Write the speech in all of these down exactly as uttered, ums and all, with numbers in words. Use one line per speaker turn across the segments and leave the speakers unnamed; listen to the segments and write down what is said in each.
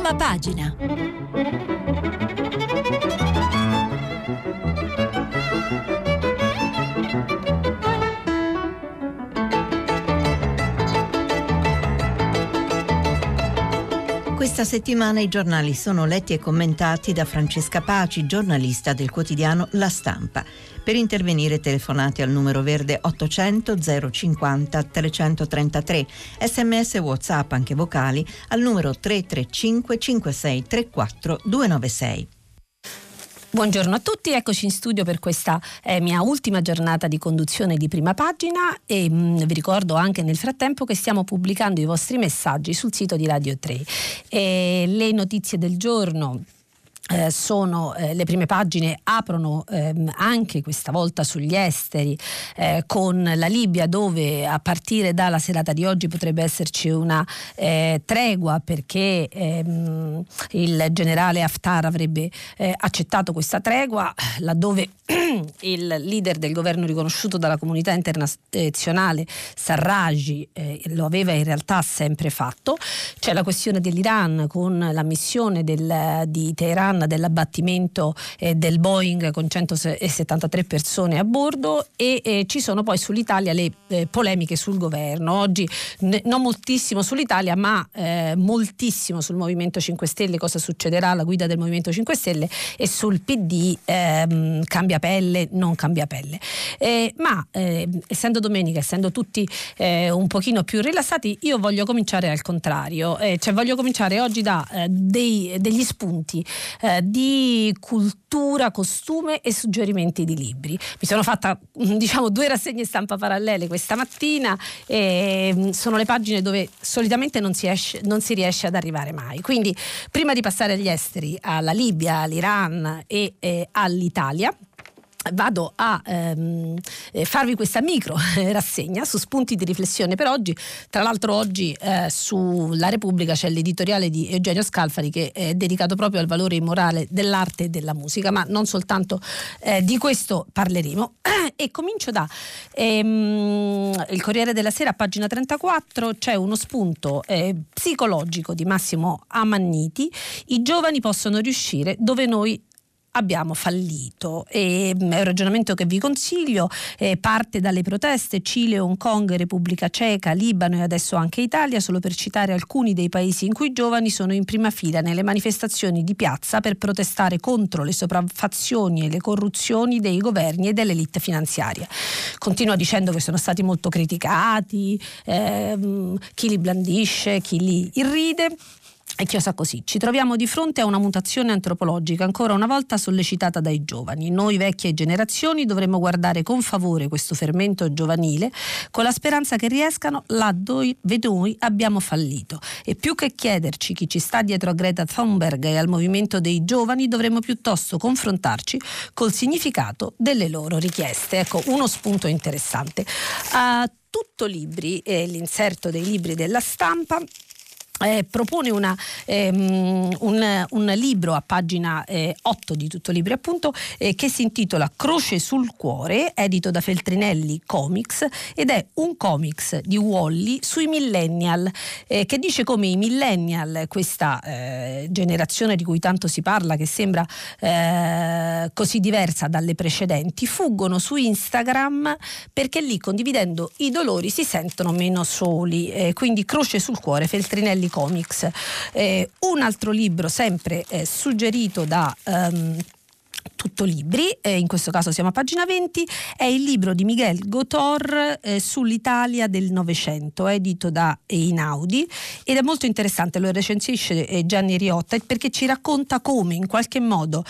Prima pagina. Questa settimana i giornali sono letti e commentati da Francesca Paci, giornalista del quotidiano La Stampa. Per intervenire telefonate al numero verde ottocento zero cinquanta trecentotrentatré, sms WhatsApp anche vocali al numero tre tre cinque cinque sei tre quattro due nove sei.
Buongiorno a tutti, eccoci in studio per questa eh, mia ultima giornata di conduzione di Prima Pagina e mh, vi ricordo anche nel frattempo che stiamo pubblicando i vostri messaggi sul sito di Radio tre. E le notizie del giorno Eh, sono eh, le prime pagine aprono ehm, anche questa volta sugli esteri eh, con la Libia, dove a partire dalla serata di oggi potrebbe esserci una eh, tregua perché ehm, il generale Haftar avrebbe eh, accettato questa tregua laddove il leader del governo riconosciuto dalla comunità internazionale Sarraj eh, lo aveva in realtà sempre fatto. C'è la questione dell'Iran con l'ammissione del, di Teheran dell'abbattimento eh, del Boeing con centosettantatré persone a bordo e eh, ci sono poi sull'Italia le eh, polemiche sul governo. Oggi ne, non moltissimo sull'Italia ma eh, moltissimo sul Movimento cinque Stelle, cosa succederà alla guida del Movimento cinque Stelle, e sul P D ehm, cambia pelle, non cambia pelle. Eh, ma eh, essendo domenica, essendo tutti eh, un pochino più rilassati, io voglio cominciare al contrario, eh, cioè voglio cominciare oggi da eh, dei, degli spunti Eh, di cultura, costume e suggerimenti di libri. Mi sono fatta diciamo due rassegne stampa parallele questa mattina e sono le pagine dove solitamente non si, esce, non si riesce ad arrivare mai. Quindi prima di passare agli esteri, alla Libia, all'Iran e eh, all'Italia, vado a ehm, farvi questa micro rassegna su spunti di riflessione per oggi. Tra l'altro oggi eh, sulla Repubblica c'è l'editoriale di Eugenio Scalfari che è dedicato proprio al valore immorale dell'arte e della musica, ma non soltanto eh, di questo parleremo. E comincio da ehm, il Corriere della Sera, pagina trentaquattro, c'è uno spunto eh, psicologico di Massimo Amanniti: i giovani possono riuscire dove noi abbiamo fallito. E, è un ragionamento che vi consiglio, eh, parte dalle proteste Cile, Hong Kong, Repubblica Ceca, Libano e adesso anche Italia, solo per citare alcuni dei paesi in cui i giovani sono in prima fila nelle manifestazioni di piazza per protestare contro le sopraffazioni e le corruzioni dei governi e dell'elite finanziaria. Continua dicendo che sono stati molto criticati, ehm, chi li blandisce, chi li irride. E chiosa così: ci troviamo di fronte a una mutazione antropologica ancora una volta sollecitata dai giovani. Noi vecchie generazioni dovremmo guardare con favore questo fermento giovanile con la speranza che riescano là dove noi abbiamo fallito, e più che chiederci chi ci sta dietro a Greta Thunberg e al movimento dei giovani dovremmo piuttosto confrontarci col significato delle loro richieste. Ecco uno spunto interessante. A Tutto Libri, eh, l'inserto dei libri della Stampa, Eh, propone una, ehm, un, un libro a pagina eh, otto di Tutto Libri appunto, eh, che si intitola Croce sul cuore, edito da Feltrinelli Comics, ed è un comics di Wally sui millennial, eh, che dice come i millennial, questa eh, generazione di cui tanto si parla, che sembra eh, così diversa dalle precedenti, fuggono su Instagram perché lì, condividendo i dolori, si sentono meno soli. Eh, quindi Croce sul cuore, Feltrinelli Comics. Eh, un altro libro sempre eh, suggerito da um, Tutto Libri, eh, in questo caso siamo a pagina venti, è il libro di Miguel Gotor eh, sull'Italia del Novecento, edito da Einaudi, ed è molto interessante. Lo recensisce eh, Gianni Riotta perché ci racconta come in qualche modo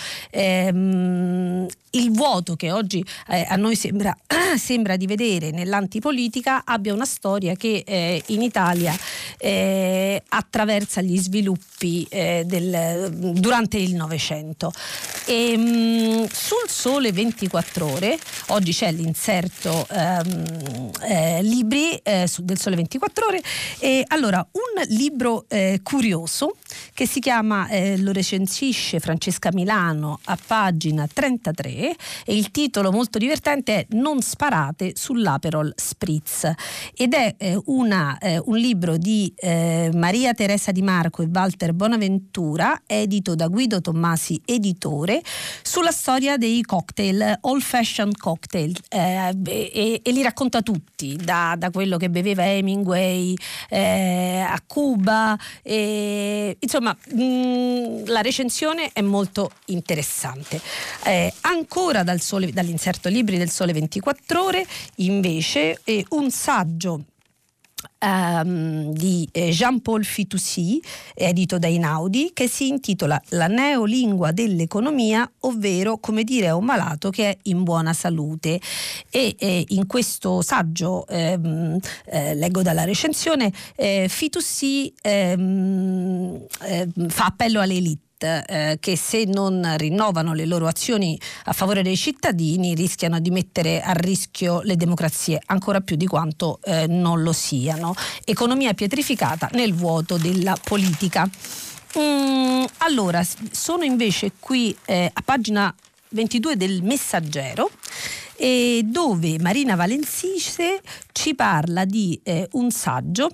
ehm, il vuoto che oggi eh, a noi sembra, sembra di vedere nell'antipolitica abbia una storia che eh, in Italia eh, attraversa gli sviluppi eh, del, durante il Novecento. E, mh, sul Sole ventiquattro Ore oggi c'è l'inserto ehm, eh, libri eh, del Sole ventiquattro Ore, e allora un libro eh, curioso che si chiama, eh, lo recensisce Francesca Milano a pagina trentatré, e il titolo molto divertente è Non sparate sull'Aperol Spritz, ed è eh, una, eh, un libro di di eh, Maria Teresa Di Marco e Walter Bonaventura, edito da Guido Tommasi editore, sulla storia dei cocktail, old fashion cocktail, eh, e, e li racconta tutti, da, da quello che beveva Hemingway eh, a Cuba, e, insomma mh, la recensione è molto interessante. Eh, ancora dal sole, dall'inserto libri del Sole ventiquattro Ore invece eh, un saggio Um, di eh, Jean-Paul Fitoussi, edito da Einaudi, che si intitola La neolingua dell'economia, ovvero come dire a un malato che è in buona salute. E eh, in questo saggio, ehm, eh, leggo dalla recensione, eh, Fitoussi ehm, eh, fa appello alle elite, Eh, che se non rinnovano le loro azioni a favore dei cittadini rischiano di mettere a rischio le democrazie ancora più di quanto eh, non lo siano. Economia pietrificata nel vuoto della politica. Mm, allora, sono invece qui eh, a pagina ventidue del Messaggero, eh, dove Marina Valensise ci parla di eh, un saggio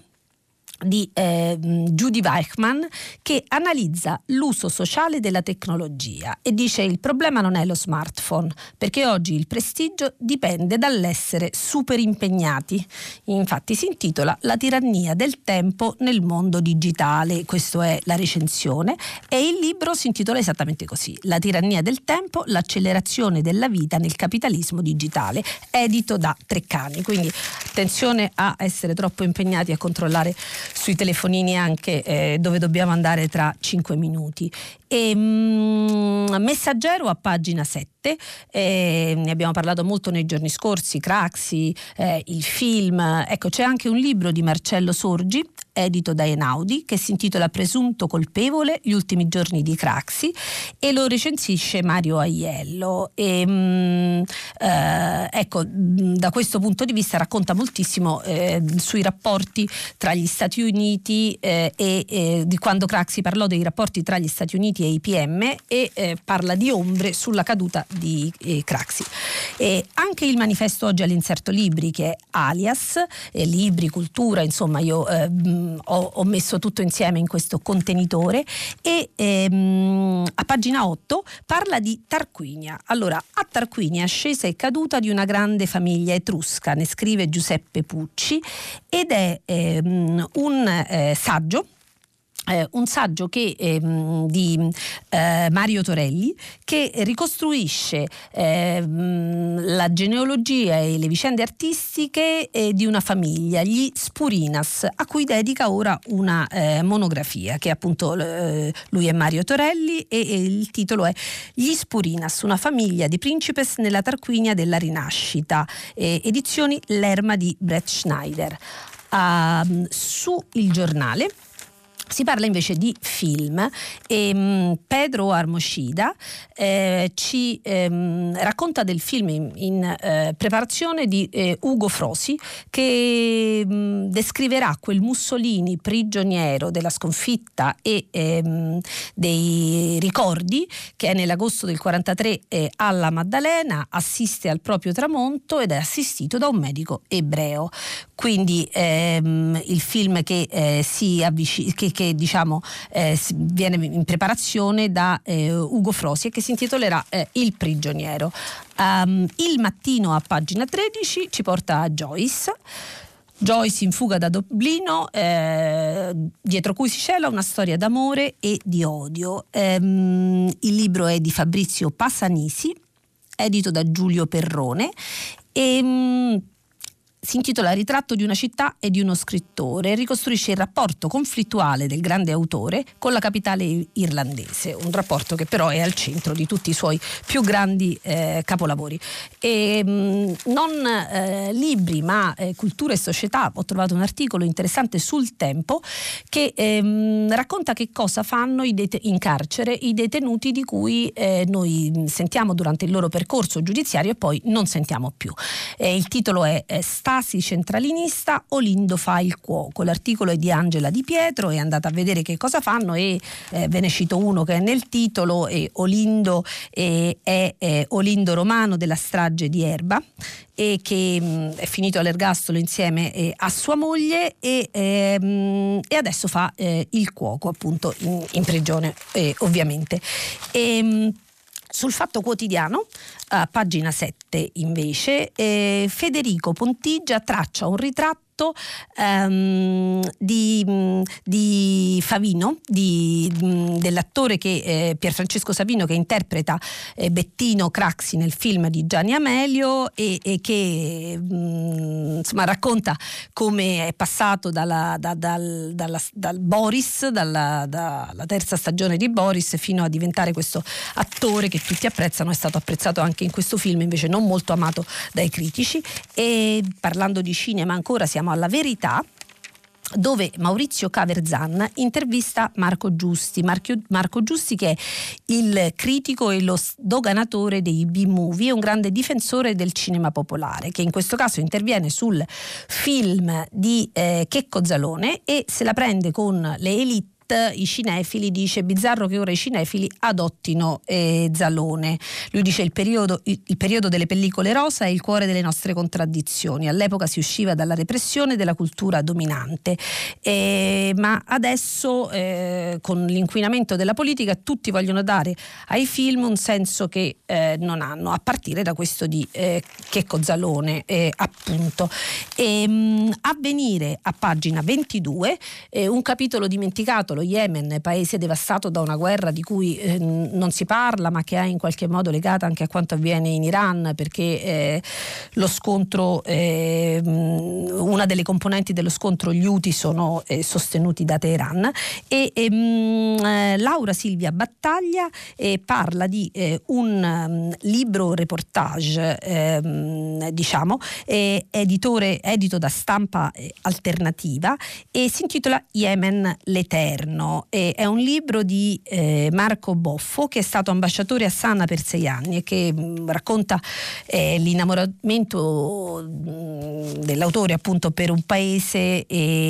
di eh, Judy Weichmann, che analizza l'uso sociale della tecnologia e dice: il problema non è lo smartphone, perché oggi il prestigio dipende dall'essere super impegnati. Infatti si intitola La tirannia del tempo nel mondo digitale, questa è la recensione, e il libro si intitola esattamente così: La tirannia del tempo, l'accelerazione della vita nel capitalismo digitale, edito da Treccani. Quindi attenzione a essere troppo impegnati a controllare sui telefonini anche eh, dove dobbiamo andare tra cinque minuti. E, mh, Messaggero a pagina sette, eh, ne abbiamo parlato molto nei giorni scorsi, Craxi, eh, il film. Ecco, c'è anche un libro di Marcello Sorgi, edito da Einaudi, che si intitola Presunto colpevole, gli ultimi giorni di Craxi, e lo recensisce Mario Aiello. E, mh, eh, ecco, da questo punto di vista racconta moltissimo eh, sui rapporti tra gli Stati Uniti eh, e eh, di quando Craxi parlò dei rapporti tra gli Stati Uniti e i P M, e eh, parla di ombre sulla caduta di eh, Craxi. E anche il manifesto oggi all'inserto libri, che è Alias, eh, libri, cultura, insomma io eh, ho, ho messo tutto insieme in questo contenitore, e ehm, a pagina otto parla di Tarquinia. Allora, a Tarquinia ascesa e caduta di una grande famiglia etrusca, ne scrive Giuseppe Pucci, ed è ehm, un eh, saggio Eh, un saggio che, ehm, di eh, Mario Torelli, che ricostruisce ehm, la genealogia e le vicende artistiche eh, di una famiglia, gli Spurinas, a cui dedica ora una eh, monografia, che appunto eh, lui è Mario Torelli, e, e il titolo è Gli Spurinas, una famiglia di principes nella Tarquinia della Rinascita, eh, edizioni Lerma di Brett Schneider. Uh, su Il Giornale si parla invece di film, e um, Pedro Armocida eh, ci ehm, racconta del film in, in eh, preparazione di eh, Ugo Frosi, che mh, descriverà quel Mussolini prigioniero della sconfitta e ehm, dei ricordi, che è nell'agosto del quarantatré eh, alla Maddalena, assiste al proprio tramonto ed è assistito da un medico ebreo. Quindi ehm, il film che eh, si avvicina, che, che diciamo eh, viene in preparazione da eh, Ugo Frosi, e che si intitolerà eh, Il prigioniero. Um, il Mattino a pagina tredici ci porta a Joyce. Joyce in fuga da Dublino, eh, dietro cui si cela una storia d'amore e di odio. Um, il libro è di Fabrizio Passanisi, edito da Giulio Perrone, e um, si intitola Ritratto di una città e di uno scrittore, e ricostruisce il rapporto conflittuale del grande autore con la capitale irlandese, un rapporto che però è al centro di tutti i suoi più grandi eh, capolavori. E, mh, non eh, libri ma eh, cultura e società, ho trovato un articolo interessante sul Tempo che ehm, racconta che cosa fanno i det- in carcere i detenuti di cui eh, noi sentiamo durante il loro percorso giudiziario e poi non sentiamo più. Eh, il titolo è eh, Pasi centralinista, Olindo fa il cuoco. L'articolo è di Angela Di Pietro, è andata a vedere che cosa fanno e eh, ve ne cito uno che è nel titolo. E Olindo eh, è eh, Olindo Romano della strage di Erba, e che mh, è finito all'ergastolo insieme eh, a sua moglie e, ehm, e adesso fa eh, il cuoco appunto in, in prigione eh, ovviamente. E, mh, sul Fatto Quotidiano, a pagina sette invece, eh, Federico Pontigia traccia un ritratto Um, di, di Favino, di, dell'attore che eh, Pierfrancesco Savino, che interpreta eh, Bettino Craxi nel film di Gianni Amelio e, e che um, insomma racconta come è passato dalla, da, dal, dalla, dal Boris, dalla, dalla terza stagione di Boris, fino a diventare questo attore che tutti apprezzano. È stato apprezzato anche in questo film, invece non molto amato dai critici. E parlando di cinema ancora, siamo alla Verità, dove Maurizio Caverzan intervista Marco Giusti. Marco, Marco Giusti, che è il critico e lo doganatore dei B-movie, è un grande difensore del cinema popolare, che in questo caso interviene sul film di eh, Checco Zalone e se la prende con le elite, i cinefili. Dice: bizzarro che ora i cinefili adottino eh, Zalone. Lui dice: il periodo, il, il periodo delle pellicole rosa è il cuore delle nostre contraddizioni. All'epoca si usciva dalla repressione della cultura dominante, eh, ma adesso eh, con l'inquinamento della politica tutti vogliono dare ai film un senso che eh, non hanno, a partire da questo di eh, Checco Zalone eh, appunto. E, mh, Avvenire a pagina ventidue, eh, un capitolo dimenticato, lo Yemen, paese devastato da una guerra di cui eh, non si parla, ma che è in qualche modo legata anche a quanto avviene in Iran, perché eh, lo scontro, eh, una delle componenti dello scontro, gli Houthi, sono eh, sostenuti da Teheran. E eh, Laura Silvia Battaglia eh, parla di eh, un um, libro reportage, eh, diciamo, eh, editore, edito da Stampa eh, Alternativa, e si intitola Yemen l'Eterno. E è un libro di eh, Marco Boffo, che è stato ambasciatore a Sanaa per sei anni e che mh, racconta eh, l'innamoramento mh, dell'autore appunto per un paese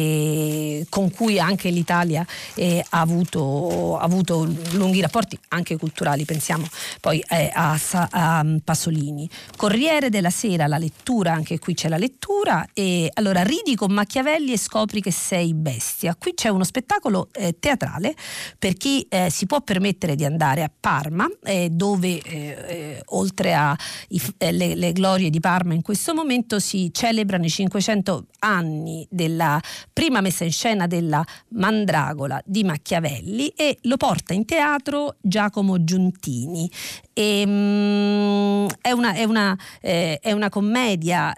eh, con cui anche l'Italia eh, ha, avuto, ha avuto lunghi rapporti anche culturali. Pensiamo poi eh, a, a Pasolini. Corriere della Sera, la lettura, anche qui c'è la lettura. E allora, ridi con Machiavelli e scopri che sei bestia. Qui c'è uno spettacolo eh, teatrale per chi eh, si può permettere di andare a Parma, eh, dove eh, eh, oltre a i, eh, le, le glorie di Parma in questo momento si celebrano i cinquecento anni della prima messa in scena della Mandragola di Machiavelli, e lo porta in teatro Giacomo Giuntini. E, mh, è, una, è, una, eh, è una commedia,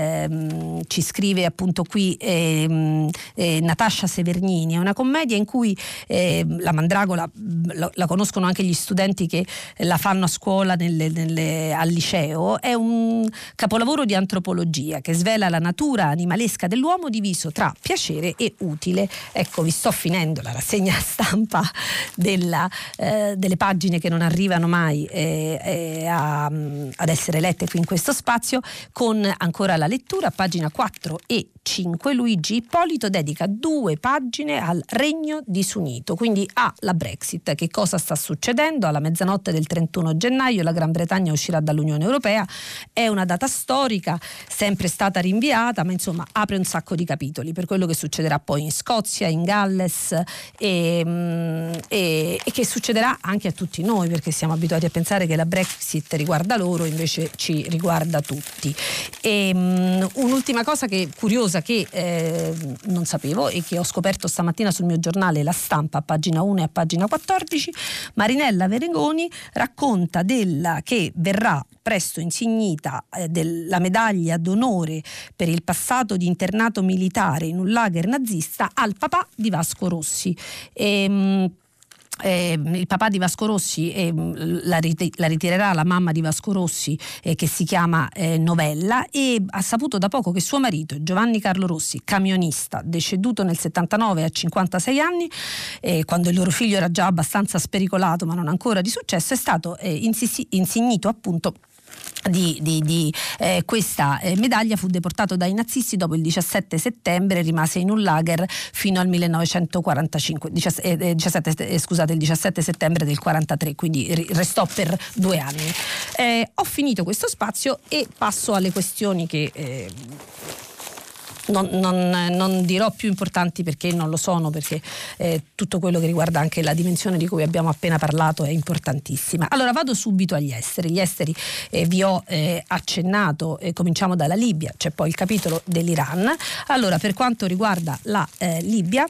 eh, ci scrive appunto qui eh, eh, Natascia Severnini, è una commedia in cui eh, la Mandragola la, la conoscono anche gli studenti che la fanno a scuola, nelle, nelle, al liceo. È un capolavoro di antropologia che svela la natura animalesca dell'uomo diviso tra piacere e utile. Ecco, vi sto finendo la rassegna stampa della, eh, delle pagine che non arrivano mai eh, eh, a, ad essere lette qui in questo spazio, con ancora la lettura a pagina quattro e cinque. Luigi Ippolito dedica due pagine al Regno disunito, quindi alla Brexit. Che cosa sta succedendo? Alla mezzanotte del trentuno gennaio la Gran Bretagna uscirà dall'Unione Europea. È una data storica, sempre stata rinviata, ma insomma apre un sacco di capitoli per quello che succederà poi in Scozia, in Galles e, e, e che succederà anche a tutti noi, perché siamo abituati a pensare che la Brexit riguarda loro, invece ci riguarda tutti. E, um, un'ultima cosa che curiosa che eh, non sapevo e che ho scoperto stamattina sul mio giornale La Stampa, a pagina uno e a pagina quattordici, Marinella Veregoni racconta della che verrà presto insignita eh, della medaglia d'onore per il passato di internato militare in un lager nazista al papà di Vasco Rossi. E, mh, Eh, il papà di Vasco Rossi eh, la, rit- la ritirerà la mamma di Vasco Rossi, eh, che si chiama eh, Novella, e ha saputo da poco che suo marito Giovanni Carlo Rossi, camionista, deceduto nel settantanove a cinquantasei anni, eh, quando il loro figlio era già abbastanza spericolato ma non ancora di successo, è stato eh, insi- insignito appunto di, di, di eh, questa eh, medaglia fu deportato dai nazisti dopo il diciassette settembre e rimase in un lager fino al millenovecentoquarantacinque, diciassette, eh, diciassette, eh, scusate, il diciassette settembre del quarantatré, quindi restò per due anni. Eh, ho finito questo spazio e passo alle questioni che eh, Non, non, non dirò più importanti perché non lo sono, perché eh, tutto quello che riguarda anche la dimensione di cui abbiamo appena parlato è importantissima. Allora vado subito agli esteri. Gli esteri eh, vi ho eh, accennato, eh, cominciamo dalla Libia, c'è poi il capitolo dell'Iran. Allora, per quanto riguarda la eh, Libia,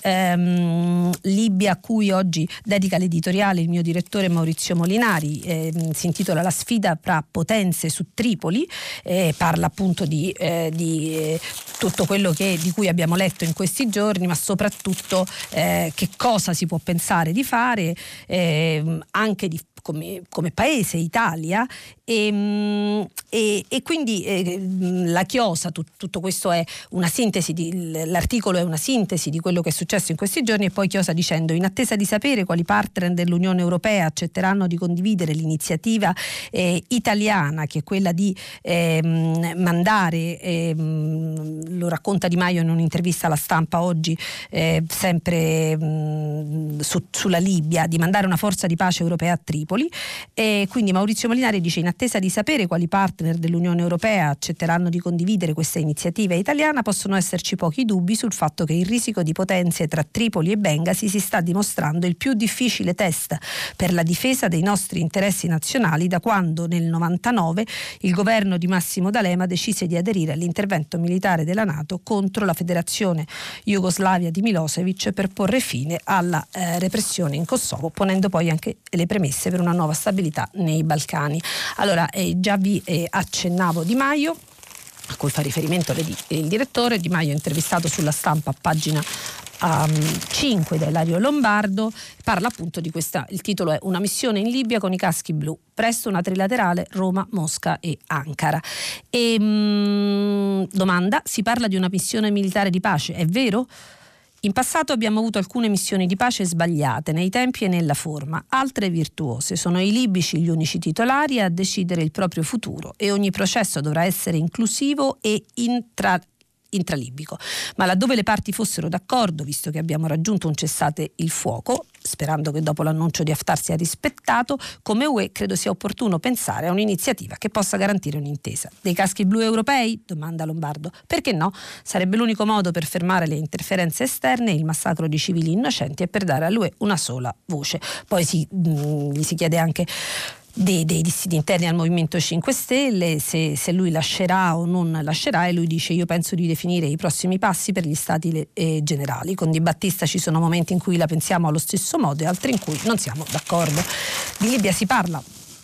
ehm, Libia a cui oggi dedica l'editoriale il mio direttore Maurizio Molinari, eh, si intitola La sfida tra potenze su Tripoli, eh, parla appunto di, eh, di eh, tutto quello che, di cui abbiamo letto in questi giorni, ma soprattutto eh, che cosa si può pensare di fare eh, anche di Come, come paese Italia e, e, e quindi eh, la chiosa, tut, tutto questo è una sintesi di, l'articolo è una sintesi di quello che è successo in questi giorni, e poi chiosa dicendo: in attesa di sapere quali partner dell'Unione Europea accetteranno di condividere l'iniziativa eh, italiana, che è quella di eh, mandare, eh, lo racconta Di Maio in un'intervista alla Stampa oggi, eh, sempre mh, su, sulla Libia, di mandare una forza di pace europea a Tripoli. E quindi Maurizio Molinari dice: in attesa di sapere quali partner dell'Unione Europea accetteranno di condividere questa iniziativa italiana, possono esserci pochi dubbi sul fatto che il risico di potenze tra Tripoli e Bengasi si sta dimostrando il più difficile test per la difesa dei nostri interessi nazionali da quando nel novantanove il governo di Massimo D'Alema decise di aderire all'intervento militare della NATO contro la Federazione Jugoslavia di Milosevic per porre fine alla eh, repressione in Kosovo, ponendo poi anche le premesse per una nuova stabilità nei Balcani. Allora, eh, già vi eh, accennavo Di Maio, a cui fa riferimento le, il direttore. Di Maio è intervistato sulla Stampa a pagina um, cinque da Ilario Lombardo, parla appunto di questa, il titolo è Una missione in Libia con i caschi blu, presto una trilaterale Roma, Mosca e Ankara. E, um, domanda: si parla di una missione militare di pace, è vero? In passato abbiamo avuto alcune missioni di pace sbagliate nei tempi e nella forma, altre virtuose. Sono i libici gli unici titolari a decidere il proprio futuro e ogni processo dovrà essere inclusivo e intra intralibico, ma laddove le parti fossero d'accordo, visto che abbiamo raggiunto un cessate il fuoco, sperando che dopo l'annuncio di Haftar sia rispettato, come U E credo sia opportuno pensare a un'iniziativa che possa garantire un'intesa. Dei caschi blu europei? Domanda Lombardo. Perché no? Sarebbe l'unico modo per fermare le interferenze esterne e il massacro di civili innocenti e per dare all'U E una sola voce. Poi si, mh, gli si chiede anche dei, dei dissidi interni al Movimento cinque Stelle, se, se lui lascerà o non lascerà, e lui dice: io penso di definire i prossimi passi per gli stati eh, generali. Con Di Battista ci sono momenti in cui la pensiamo allo stesso modo e altri in cui non siamo d'accordo. Di Libia si parla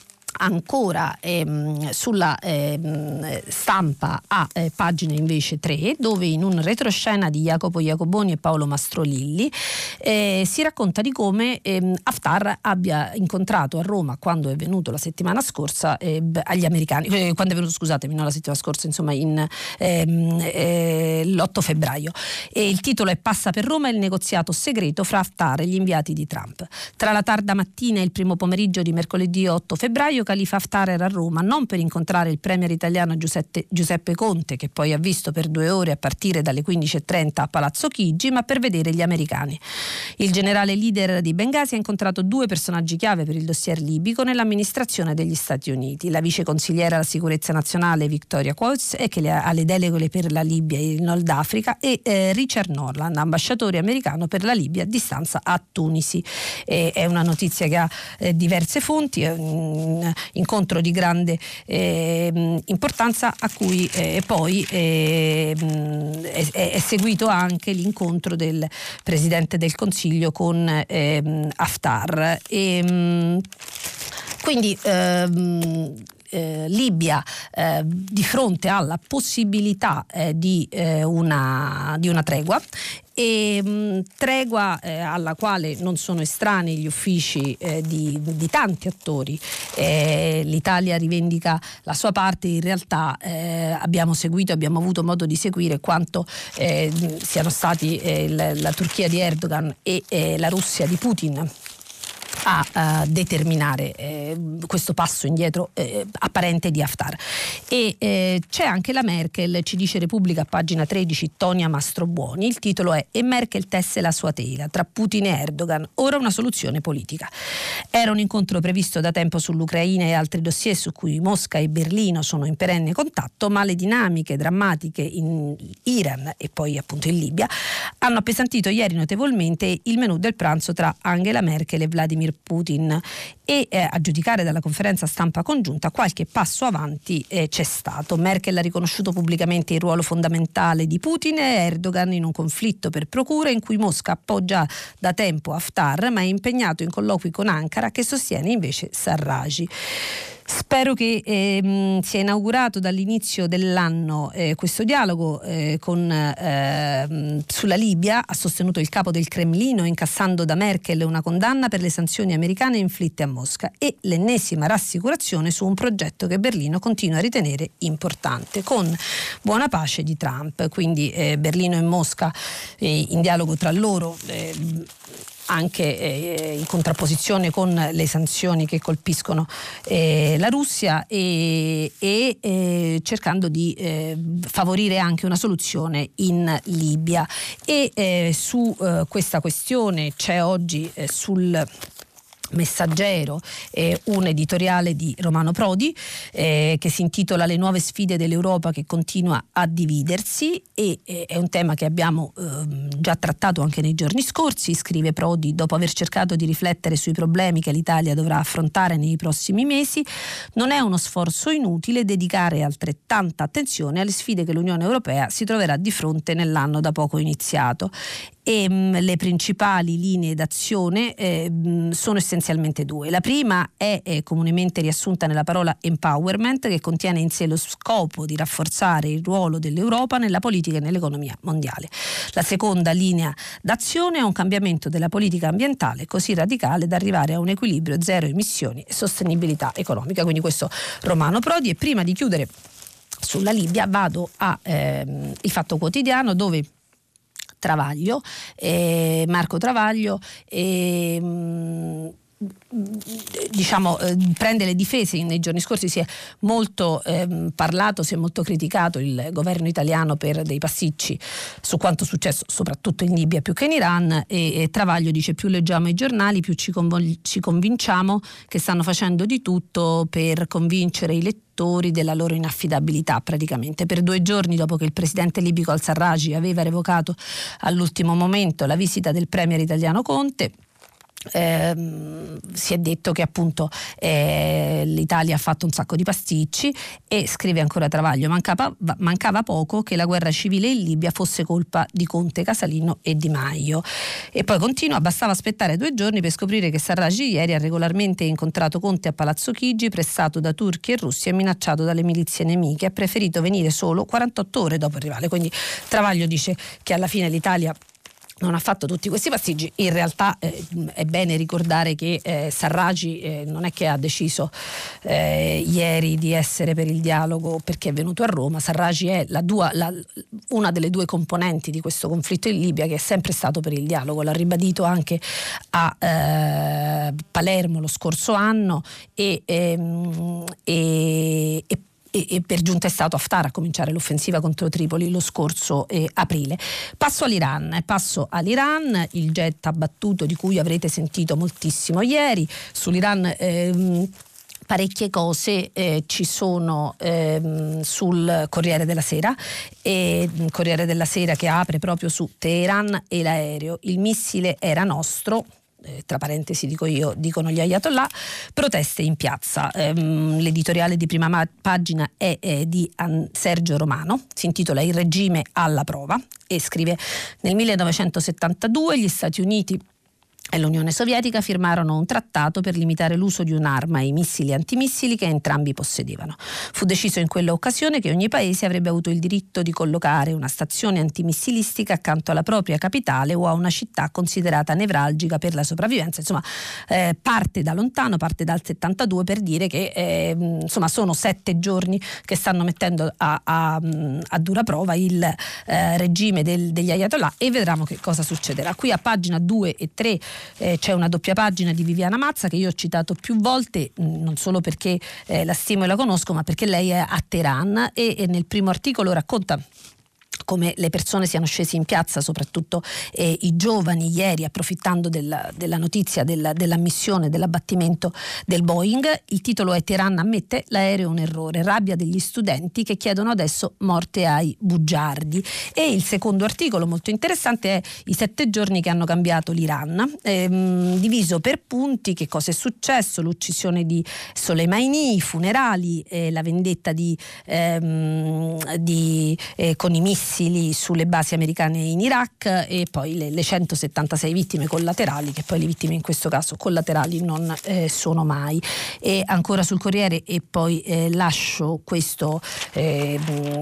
ancora ehm, sulla ehm, Stampa a eh, pagina invece tre, dove in un retroscena di Jacopo Jacoboni e Paolo Mastrolilli eh, si racconta di come ehm, Haftar abbia incontrato a Roma, quando è venuto la settimana scorsa, eh, agli americani, eh, quando è venuto, scusatemi, non la settimana scorsa, insomma in ehm, eh, l'otto febbraio, e il titolo è Passa per Roma il negoziato segreto fra Haftar e gli inviati di Trump. Tra la tarda mattina e il primo pomeriggio di mercoledì otto febbraio Khalifa Haftar era a Roma non per incontrare il premier italiano Giuseppe, Giuseppe Conte, che poi ha visto per due ore a partire dalle quindici e trenta a Palazzo Chigi, ma per vedere gli americani. Il generale leader di Bengasi ha incontrato due personaggi chiave per il dossier libico nell'amministrazione degli Stati Uniti: la vice consigliera alla sicurezza nazionale Victoria Quotes, e che le ha le deleghe per la Libia e il Nord Africa, e eh, Richard Norland, ambasciatore americano per la Libia a distanza a Tunisi. E, è una notizia che ha eh, diverse fonti, è un incontro di grande eh, importanza, a cui eh, poi eh, è, è seguito anche l'incontro del Presidente del Consiglio con eh, Haftar. E, quindi ehm, Eh, Libia eh, di fronte alla possibilità eh, di, eh, una, di una tregua, e mh, tregua eh, alla quale non sono estranei gli uffici eh, di, di tanti attori. Eh, L'Italia rivendica la sua parte, in realtà eh, abbiamo seguito, abbiamo avuto modo di seguire quanto eh, siano stati eh, la, la Turchia di Erdogan e eh, la Russia di Putin a, a determinare eh, questo passo indietro eh, apparente di Haftar. E eh, c'è anche la Merkel, ci dice Repubblica a pagina tredici, Tonia Mastrobuoni, il titolo è "E Merkel tesse la sua tela, tra Putin e Erdogan, ora una soluzione politica". Era un incontro previsto da tempo sull'Ucraina e altri dossier su cui Mosca e Berlino sono in perenne contatto, ma le dinamiche drammatiche in Iran e poi appunto in Libia hanno appesantito ieri notevolmente il menù del pranzo tra Angela Merkel e Vladimir Putin e eh, a giudicare dalla conferenza stampa congiunta qualche passo avanti eh, c'è stato. Merkel ha riconosciuto pubblicamente il ruolo fondamentale di Putin e Erdogan in un conflitto per procura in cui Mosca appoggia da tempo Haftar, ma è impegnato in colloqui con Ankara che sostiene invece Sarraj. Spero che eh, sia inaugurato dall'inizio dell'anno eh, questo dialogo eh, con, eh, sulla Libia, ha sostenuto il capo del Cremlino, incassando da Merkel una condanna per le sanzioni americane inflitte a Mosca e l'ennesima rassicurazione su un progetto che Berlino continua a ritenere importante, con buona pace di Trump. Quindi eh, Berlino e Mosca eh, in dialogo tra loro, eh, anche eh, in contrapposizione con le sanzioni che colpiscono eh, la Russia e, e eh, cercando di eh, favorire anche una soluzione in Libia. E eh, su eh, questa questione c'è oggi eh, sul Messaggero eh, un editoriale di Romano Prodi eh, che si intitola "Le nuove sfide dell'Europa che continua a dividersi", e eh, è un tema che abbiamo eh, già trattato anche nei giorni scorsi. Scrive Prodi: dopo aver cercato di riflettere sui problemi che l'Italia dovrà affrontare nei prossimi mesi, non è uno sforzo inutile dedicare altrettanta attenzione alle sfide che l'Unione Europea si troverà di fronte nell'anno da poco iniziato. E mh, le principali linee d'azione eh, mh, sono essenzialmente due. La prima è, è comunemente riassunta nella parola empowerment, che contiene in sé lo scopo di rafforzare il ruolo dell'Europa nella politica e nell'economia mondiale. La seconda linea d'azione è un cambiamento della politica ambientale così radicale da arrivare a un equilibrio zero emissioni e sostenibilità economica. Quindi questo Romano Prodi. E prima di chiudere sulla Libia vado a ehm, Il Fatto Quotidiano, dove Travaglio, eh, Marco Travaglio eh, diciamo eh, prende le difese. Nei giorni scorsi si è molto eh, parlato, si è molto criticato il governo italiano per dei pasticci su quanto successo soprattutto in Libia più che in Iran, e, e Travaglio dice: più leggiamo i giornali più ci, convol- ci convinciamo che stanno facendo di tutto per convincere i lettori della loro inaffidabilità. Praticamente per due giorni dopo che il presidente libico al-Sarraj aveva revocato all'ultimo momento la visita del premier italiano Conte, Eh, si è detto che appunto eh, l'Italia ha fatto un sacco di pasticci. E scrive ancora Travaglio: mancava, mancava poco che la guerra civile in Libia fosse colpa di Conte, Casalino e Di Maio. E poi continua: bastava aspettare due giorni per scoprire che Sarraj ieri ha regolarmente incontrato Conte a Palazzo Chigi, pressato da turchi e russi e minacciato dalle milizie nemiche. Ha preferito venire solo quarantotto ore dopo il rivale. Quindi Travaglio dice che alla fine l'Italia non ha fatto tutti questi passaggi. In realtà eh, è bene ricordare che eh, Sarraj eh, non è che ha deciso eh, ieri di essere per il dialogo perché è venuto a Roma. Sarraj è la dua, la, una delle due componenti di questo conflitto in Libia, che è sempre stato per il dialogo. L'ha ribadito anche a eh, Palermo lo scorso anno e, ehm, e, e e per giunta è stato Haftar a cominciare l'offensiva contro Tripoli lo scorso eh, aprile. Passo all'Iran, passo all'Iran, il jet abbattuto di cui avrete sentito moltissimo ieri. Sull'Iran ehm, parecchie cose eh, ci sono ehm, sul Corriere della Sera, e Corriere della Sera che apre proprio su Teheran e l'aereo. Il missile era nostro. Eh, tra parentesi dico io, dicono gli Ayatollah. Proteste in piazza. Ehm, l'editoriale di prima ma- pagina è, è di An- Sergio Romano, si intitola Il regime alla prova e scrive: nel millenovecentosettantadue gli Stati Uniti e l'Unione Sovietica firmarono un trattato per limitare l'uso di un'arma e i missili antimissili che entrambi possedevano. Fu deciso in quella occasione che ogni paese avrebbe avuto il diritto di collocare una stazione antimissilistica accanto alla propria capitale o a una città considerata nevralgica per la sopravvivenza. Insomma, eh, parte da lontano, parte dal settantadue per dire che eh, insomma sono sette giorni che stanno mettendo a, a, a dura prova il eh, regime del, degli Ayatollah, e vedremo che cosa succederà. Qui a pagina due e tre eh, c'è una doppia pagina di Viviana Mazza che io ho citato più volte, mh, non solo perché eh, la stimo e la conosco, ma perché lei è a Teheran e, e nel primo articolo racconta come le persone siano scese in piazza, soprattutto eh, i giovani ieri, approfittando della, della notizia della, dell'ammissione dell'abbattimento del Boeing. Il titolo è: Teheran ammette l'aereo è un errore, rabbia degli studenti che chiedono adesso morte ai bugiardi. E il secondo articolo molto interessante è i sette giorni che hanno cambiato l'Iran, ehm, diviso per punti: che cosa è successo, l'uccisione di Soleimani, i funerali, eh, la vendetta di, ehm, di eh, con i missili sulle basi americane in Iraq e poi le, le centosettantasei vittime collaterali, che poi le vittime in questo caso collaterali non eh, sono mai. E ancora sul Corriere, e poi eh, lascio questo eh,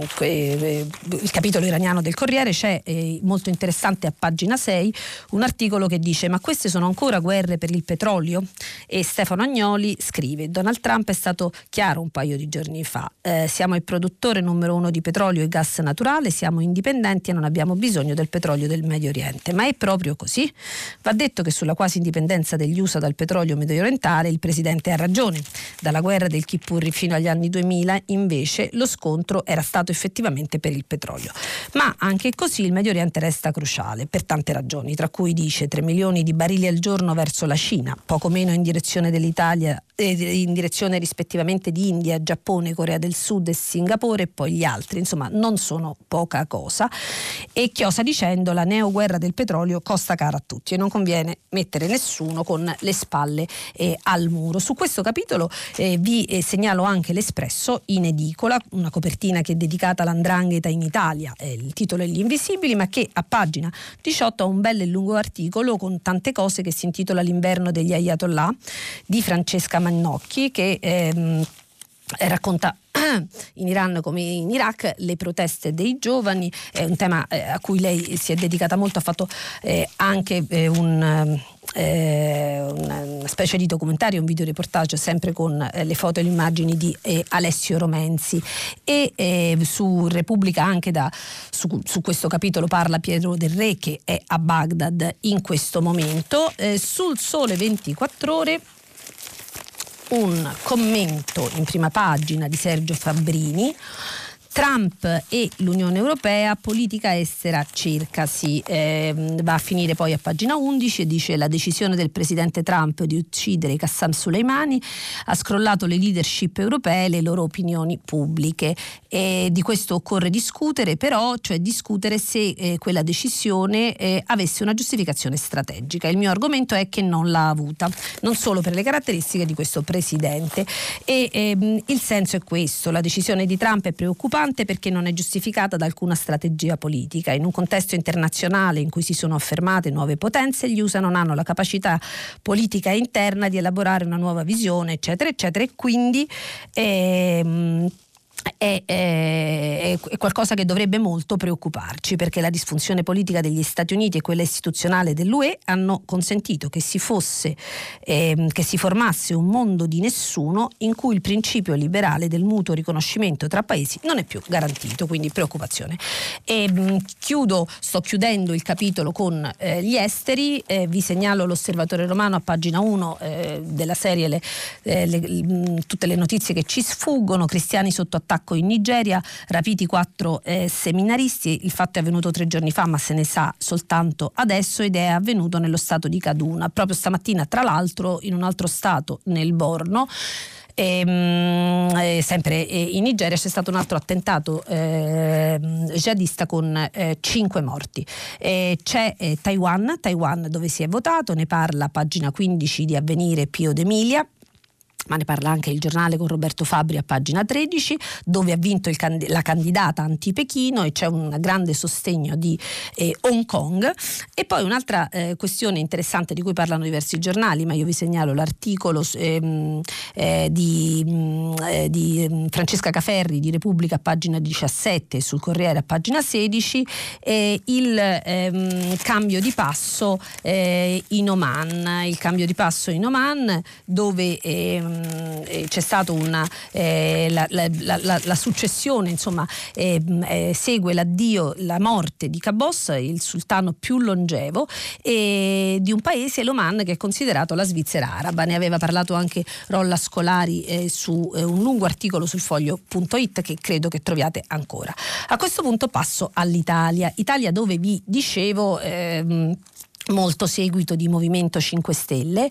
eh, il capitolo iraniano del Corriere. C'è eh, molto interessante a pagina sei un articolo che dice: ma queste sono ancora guerre per il petrolio? E Stefano Agnoli scrive: Donald Trump è stato chiaro un paio di giorni fa, eh, siamo il produttore numero uno di petrolio e gas naturale, siamo indipendenti e non abbiamo bisogno del petrolio del Medio Oriente. Ma è proprio così? Va detto che sulla quasi indipendenza degli U S A dal petrolio mediorientale il presidente ha ragione. Dalla guerra del Kippur fino agli anni duemila invece lo scontro era stato effettivamente per il petrolio. Ma anche così il Medio Oriente resta cruciale per tante ragioni, tra cui dice tre milioni di barili al giorno verso la Cina, poco meno in direzione dell'Italia, eh, in direzione rispettivamente di India, Giappone, Corea del Sud e Singapore, e poi gli altri. Insomma, non sono poca cosa. E chiosa dicendo: la neoguerra del petrolio costa cara a tutti e non conviene mettere nessuno con le spalle eh, al muro. Su questo capitolo eh, vi eh, segnalo anche l'Espresso in edicola, una copertina che è dedicata all'andrangheta in Italia, eh, il titolo è Gli Invisibili, ma che a pagina diciotto ha un bel e lungo articolo con tante cose che si intitola L'inverno degli Ayatollah di Francesca Mannocchi, che ehm, racconta in Iran come in Iraq le proteste dei giovani. È un tema eh, a cui lei si è dedicata molto, ha fatto eh, anche eh, un eh, una specie di documentario, un videoreportage sempre con eh, le foto e le immagini di eh, Alessio Romenzi. E eh, su Repubblica anche da, su, su questo capitolo parla Pietro Del Re, che è a Baghdad in questo momento. Eh, sul Sole ventiquattro Ore un commento in prima pagina di Sergio Fabbrini: Trump e l'Unione Europea, politica estera cercasi. Eh, va a finire poi a pagina undici e dice: la decisione del presidente Trump di uccidere Qassem Soleimani ha scrollato le leadership europee e le loro opinioni pubbliche. E di questo occorre discutere, però, cioè discutere se eh, quella decisione eh, avesse una giustificazione strategica. Il mio argomento è che non l'ha avuta, non solo per le caratteristiche di questo presidente. E ehm, il senso è questo: la decisione di Trump è preoccupante perché non è giustificata da alcuna strategia politica. In un contesto internazionale in cui si sono affermate nuove potenze, gli U S A non hanno la capacità politica interna di elaborare una nuova visione, eccetera, eccetera, e quindi ehm, È, è, è qualcosa che dovrebbe molto preoccuparci, perché la disfunzione politica degli Stati Uniti e quella istituzionale dell'U E hanno consentito che si fosse eh, che si formasse un mondo di nessuno in cui il principio liberale del mutuo riconoscimento tra paesi non è più garantito, quindi preoccupazione. E mh, chiudo, sto chiudendo il capitolo con eh, gli esteri. Eh, vi segnalo l'Osservatore Romano a pagina uno eh, della serie le, eh, le, mh, tutte le notizie che ci sfuggono. Cristiani sotto attacco in Nigeria, rapiti quattro eh, seminaristi. Il fatto è avvenuto tre giorni fa, ma se ne sa soltanto adesso, ed è avvenuto nello stato di Kaduna. Proprio stamattina, tra l'altro, in un altro stato, nel Borno, E, eh, sempre eh, in Nigeria, c'è stato un altro attentato eh, jihadista con eh, cinque morti. Eh, c'è eh, Taiwan, Taiwan dove si è votato, ne parla pagina quindici di Avvenire Pio D'Emilia, ma ne parla anche il giornale con Roberto Fabbri a pagina tredici, dove ha vinto il cand- la candidata anti-Pechino e c'è un grande sostegno di eh, Hong Kong. E poi un'altra eh, questione interessante di cui parlano diversi giornali, ma io vi segnalo l'articolo ehm, eh, di, eh, di Francesca Caferri di Repubblica a pagina diciassette, sul Corriere a pagina sedici, eh, il ehm, cambio di passo eh, in Oman, il cambio di passo in Oman, dove ehm, eh, c'è stato una eh, la, la, la, la successione, insomma, eh, eh, segue l'addio, la morte di Qaboos, il sultano più longevo eh, di un paese, l'Oman, che è considerato la Svizzera araba. Ne aveva parlato anche Rolla Scolari eh, su eh, un lungo articolo sul foglio punto it, che credo che troviate ancora. A questo punto passo all'Italia, Italia dove vi dicevo ehm, molto seguito di Movimento cinque Stelle,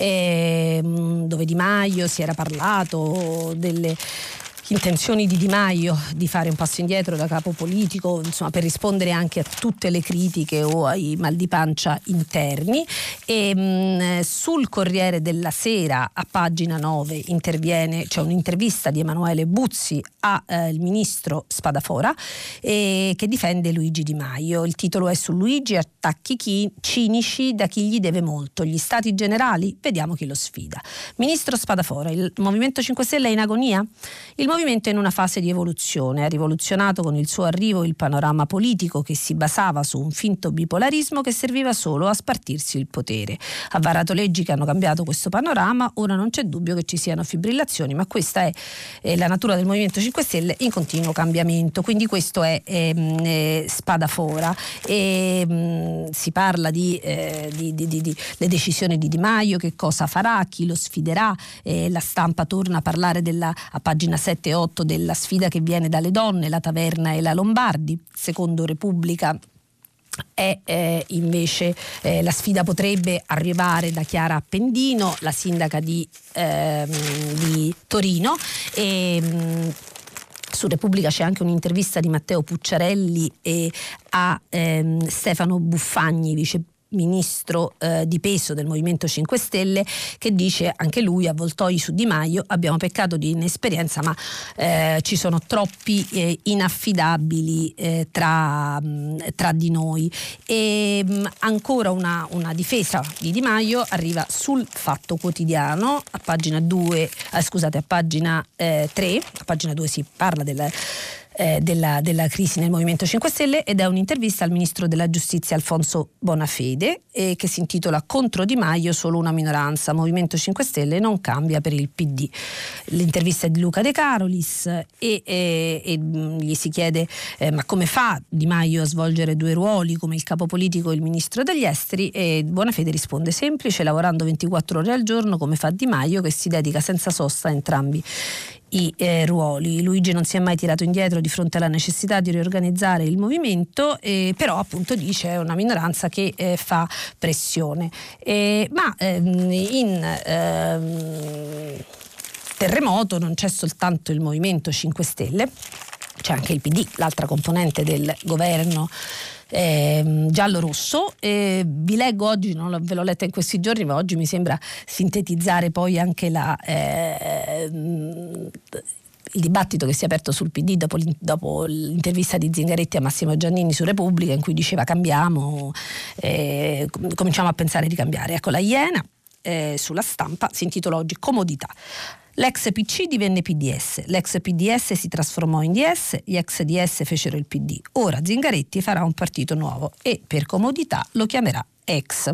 ehm, dove Di Maio si era parlato delle intenzioni di Di Maio di fare un passo indietro da capo politico, insomma, per rispondere anche a tutte le critiche o ai mal di pancia interni. E mh, sul Corriere della Sera, a pagina nove, interviene, c'è un'intervista di Emanuele Buzzi al eh, ministro Spadafora eh, che difende Luigi Di Maio. Il titolo è su Luigi: attacchi chi, cinici da chi gli deve molto, gli stati generali, vediamo chi lo sfida. Ministro Spadafora, il Movimento cinque Stelle è in agonia? Il movimento è in una fase di evoluzione, ha rivoluzionato con il suo arrivo il panorama politico che si basava su un finto bipolarismo che serviva solo a spartirsi il potere. Ha varato leggi che hanno cambiato questo panorama, ora non c'è dubbio che ci siano fibrillazioni, ma questa è, è la natura del Movimento cinque Stelle in continuo cambiamento, quindi questo è, è, è Spadafora. E, mh, si parla di, eh, di, di, di, di le decisioni di Di Maio, che cosa farà, chi lo sfiderà, eh, la Stampa torna a parlare della, a pagina sette e otto, della sfida che viene dalle donne, la Taverna e la Lombardi. Secondo Repubblica è eh, invece eh, la sfida potrebbe arrivare da Chiara Appendino, la sindaca di, ehm, di Torino. E mh, su Repubblica c'è anche un'intervista di Matteo Pucciarelli e a ehm, Stefano Buffagni, vice ministro eh, di peso del Movimento cinque Stelle, che dice anche lui: avvoltoi su Di Maio, abbiamo peccato di inesperienza, ma eh, ci sono troppi eh, inaffidabili eh, tra, mh, tra di noi. E mh, ancora una, una difesa di Di Maio arriva sul Fatto Quotidiano a pagina due, eh, scusate a pagina eh, tre, a pagina due si parla del Eh, della, della crisi nel Movimento cinque Stelle, ed è un'intervista al ministro della giustizia Alfonso Bonafede eh, che si intitola "Contro Di Maio solo una minoranza, Movimento cinque Stelle non cambia per il P D". L'intervista è di Luca De Carolis e, e, e gli si chiede eh, ma come fa Di Maio a svolgere due ruoli come il capo politico e il ministro degli esteri, e Bonafede risponde: semplice, lavorando ventiquattro ore al giorno come fa Di Maio, che si dedica senza sosta a entrambi i eh, ruoli. Luigi non si è mai tirato indietro di fronte alla necessità di riorganizzare il movimento, eh, però appunto dice è una minoranza che eh, fa pressione. Eh, ma ehm, in ehm, terremoto non c'è soltanto il Movimento cinque Stelle, c'è anche il P D, l'altra componente del governo Eh, giallo-rosso. Eh, vi leggo oggi, non ve l'ho letta in questi giorni, ma oggi mi sembra sintetizzare poi anche la, eh, il dibattito che si è aperto sul P D dopo, dopo l'intervista di Zingaretti a Massimo Giannini su Repubblica, in cui diceva cambiamo, eh, cominciamo a pensare di cambiare. Ecco, la Iena eh, sulla Stampa si intitola oggi "Comodità". L'ex P C divenne P D S, l'ex P D S si trasformò in D S, gli ex D S fecero il P D. Ora Zingaretti farà un partito nuovo e per comodità lo chiamerà ex.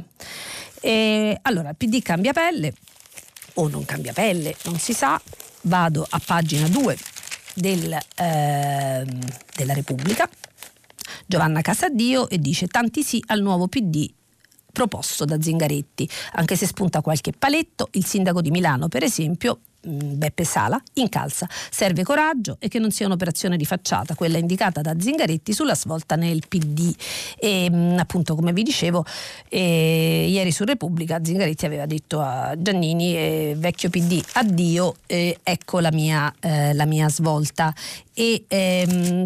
E allora il P D cambia pelle o non cambia pelle, non si sa. Vado a pagina due del, eh, della Repubblica. Giovanna Casadio e dice: tanti sì al nuovo P D proposto da Zingaretti, anche se spunta qualche paletto. Il sindaco di Milano, per esempio, Beppe Sala, incalza: serve coraggio e che non sia un'operazione di facciata, quella indicata da Zingaretti sulla svolta nel P D. E appunto, come vi dicevo, eh, ieri su Repubblica Zingaretti aveva detto a Giannini: eh, vecchio P D, addio, eh, ecco la mia, eh, la mia svolta. E ehm,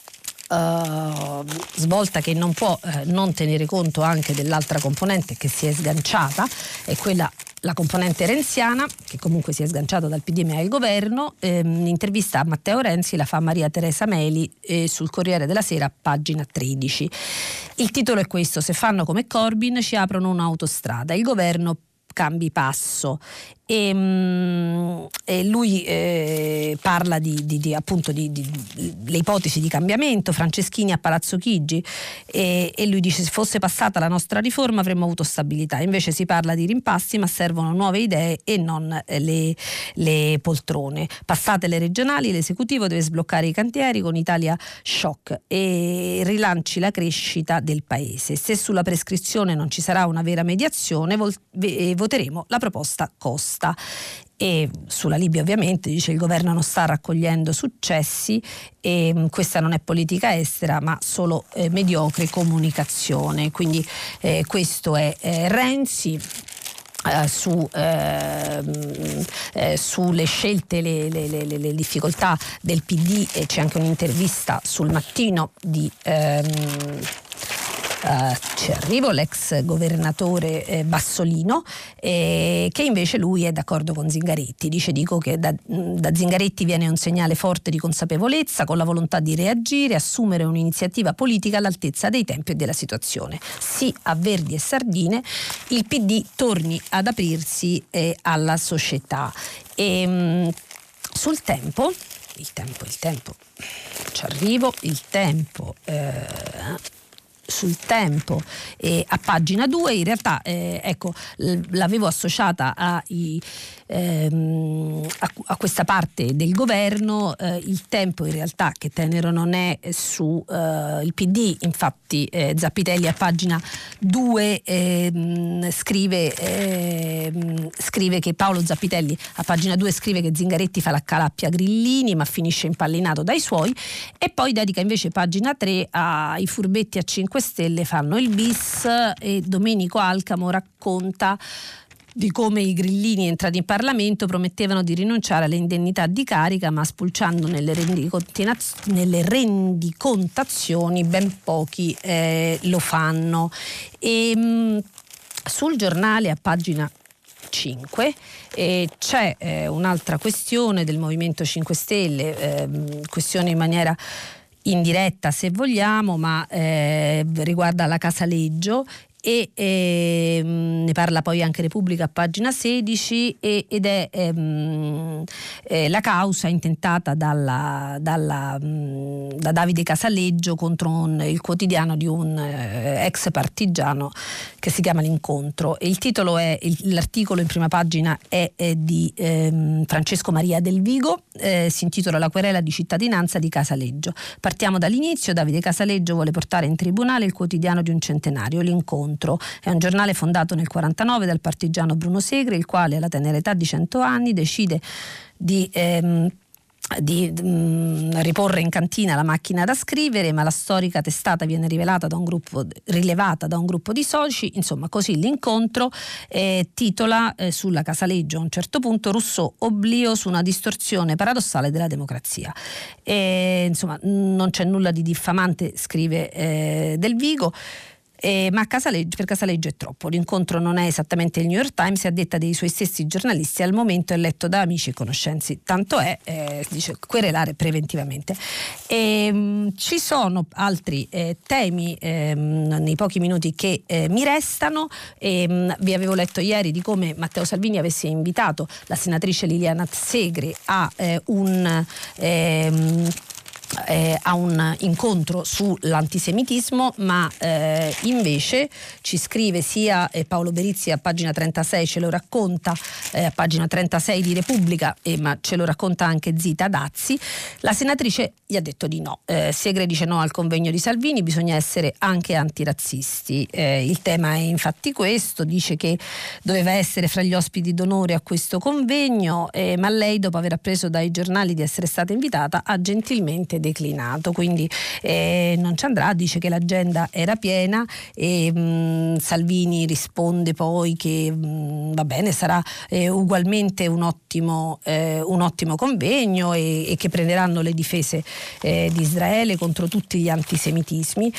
Uh, svolta che non può uh, non tenere conto anche dell'altra componente che si è sganciata, è quella, la componente renziana, che comunque si è sganciata dal P D ma è il governo. Ehm, l'intervista a Matteo Renzi la fa Maria Teresa Meli eh, sul Corriere della Sera, pagina tredici. Il titolo è questo: se fanno come Corbyn ci aprono un'autostrada, il governo cambi passo. e, mh, e lui eh, parla di, di, di appunto di, di, di le ipotesi di cambiamento. Franceschini a Palazzo Chigi, e, e lui dice: se fosse passata la nostra riforma avremmo avuto stabilità, invece si parla di rimpasti ma servono nuove idee e non eh, le, le poltrone. Passate le regionali, l'esecutivo deve sbloccare i cantieri con Italia shock e rilanci la crescita del paese. Se sulla prescrizione non ci sarà una vera mediazione vol- voteremo la proposta Costa. E sulla Libia ovviamente dice: il governo non sta raccogliendo successi e mh, questa non è politica estera ma solo eh, mediocre comunicazione. Quindi eh, questo è eh, Renzi. Uh, su, eh, eh, sulle scelte, le, le, le, le difficoltà del P D, e c'è anche un'intervista sul Mattino di ehm, Uh, ci arrivo, l'ex governatore eh, Bassolino, eh, che invece lui è d'accordo con Zingaretti. Dice: dico che da, da Zingaretti viene un segnale forte di consapevolezza, con la volontà di reagire, assumere un'iniziativa politica all'altezza dei tempi e della situazione. Sì a Verdi e Sardine, il P D torni ad aprirsi eh, alla società. E, mh, sul tempo il tempo, il tempo ci arrivo, il tempo eh, sul tempo eh, a pagina due in realtà eh, ecco l- l'avevo associata a, i, ehm, a, a questa parte del governo. Eh, il tempo in realtà, che tenero non è, su eh, il P D, infatti eh, Zappitelli a pagina due ehm, scrive ehm, scrive che Paolo Zappitelli a pagina due scrive che Zingaretti fa la calappia Grillini ma finisce impallinato dai suoi, e poi dedica invece pagina tre ai furbetti a cinque Stelle fanno il bis, e Domenico Alcamo racconta di come i grillini entrati in Parlamento promettevano di rinunciare alle indennità di carica, ma spulciando nelle, nelle rendicontazioni ben pochi eh, lo fanno. E, mh, sul Giornale a pagina cinque eh, c'è eh, un'altra questione del Movimento cinque Stelle, eh, questione in maniera indiretta se vogliamo, ma eh, riguarda la Casaleggio, e eh, ne parla poi anche Repubblica a pagina sedici, e, ed è ehm, eh, la causa intentata dalla, dalla, mh, da Davide Casaleggio contro un, il quotidiano di un eh, ex partigiano che si chiama L'Incontro, e il titolo è, il, l'articolo in prima pagina è, è di ehm, Francesco Maria Del Vigo, eh, si intitola La querela di cittadinanza di Casaleggio. Partiamo dall'inizio. Davide Casaleggio vuole portare in tribunale il quotidiano di un centenario, L'Incontro. È un giornale fondato nel quarantanove dal partigiano Bruno Segre, il quale alla tenera età di cento anni decide di ehm, di mh, riporre in cantina la macchina da scrivere, ma la storica testata viene rivelata da un gruppo, rilevata da un gruppo di soci. Insomma, così L'Incontro eh, titola eh, sulla Casaleggio a un certo punto: Rousseau oblio su una distorsione paradossale della democrazia. E, insomma, non c'è nulla di diffamante, scrive eh, Del Vigo. Eh, ma Casaleggio, per Casaleggio è troppo. L'Incontro non è esattamente il New York Times, e a detta dei suoi stessi giornalisti al momento è letto da amici e conoscenzi, tanto è, eh, dice, querelare preventivamente. E, mh, ci sono altri eh, temi eh, nei pochi minuti che eh, mi restano. E, mh, vi avevo letto ieri di come Matteo Salvini avesse invitato la senatrice Liliana Segre a eh, un ehm, Eh, a un incontro sull'antisemitismo, ma eh, invece ci scrive sia eh, Paolo Berizzi a pagina trentasei, ce lo racconta eh, a pagina trentasei di Repubblica, eh, ma ce lo racconta anche Zita Dazzi. La senatrice gli ha detto di no. eh, Segre dice no al convegno di Salvini, bisogna essere anche antirazzisti. Eh, il tema è infatti questo, dice che doveva essere fra gli ospiti d'onore a questo convegno, eh, ma lei, dopo aver appreso dai giornali di essere stata invitata, ha gentilmente declinato, quindi eh, non ci andrà. Dice che l'agenda era piena, e mh, Salvini risponde poi che mh, va bene, sarà eh, ugualmente un ottimo, eh, un ottimo convegno, e, e che prenderanno le difese eh, di Israele contro tutti gli antisemitismi.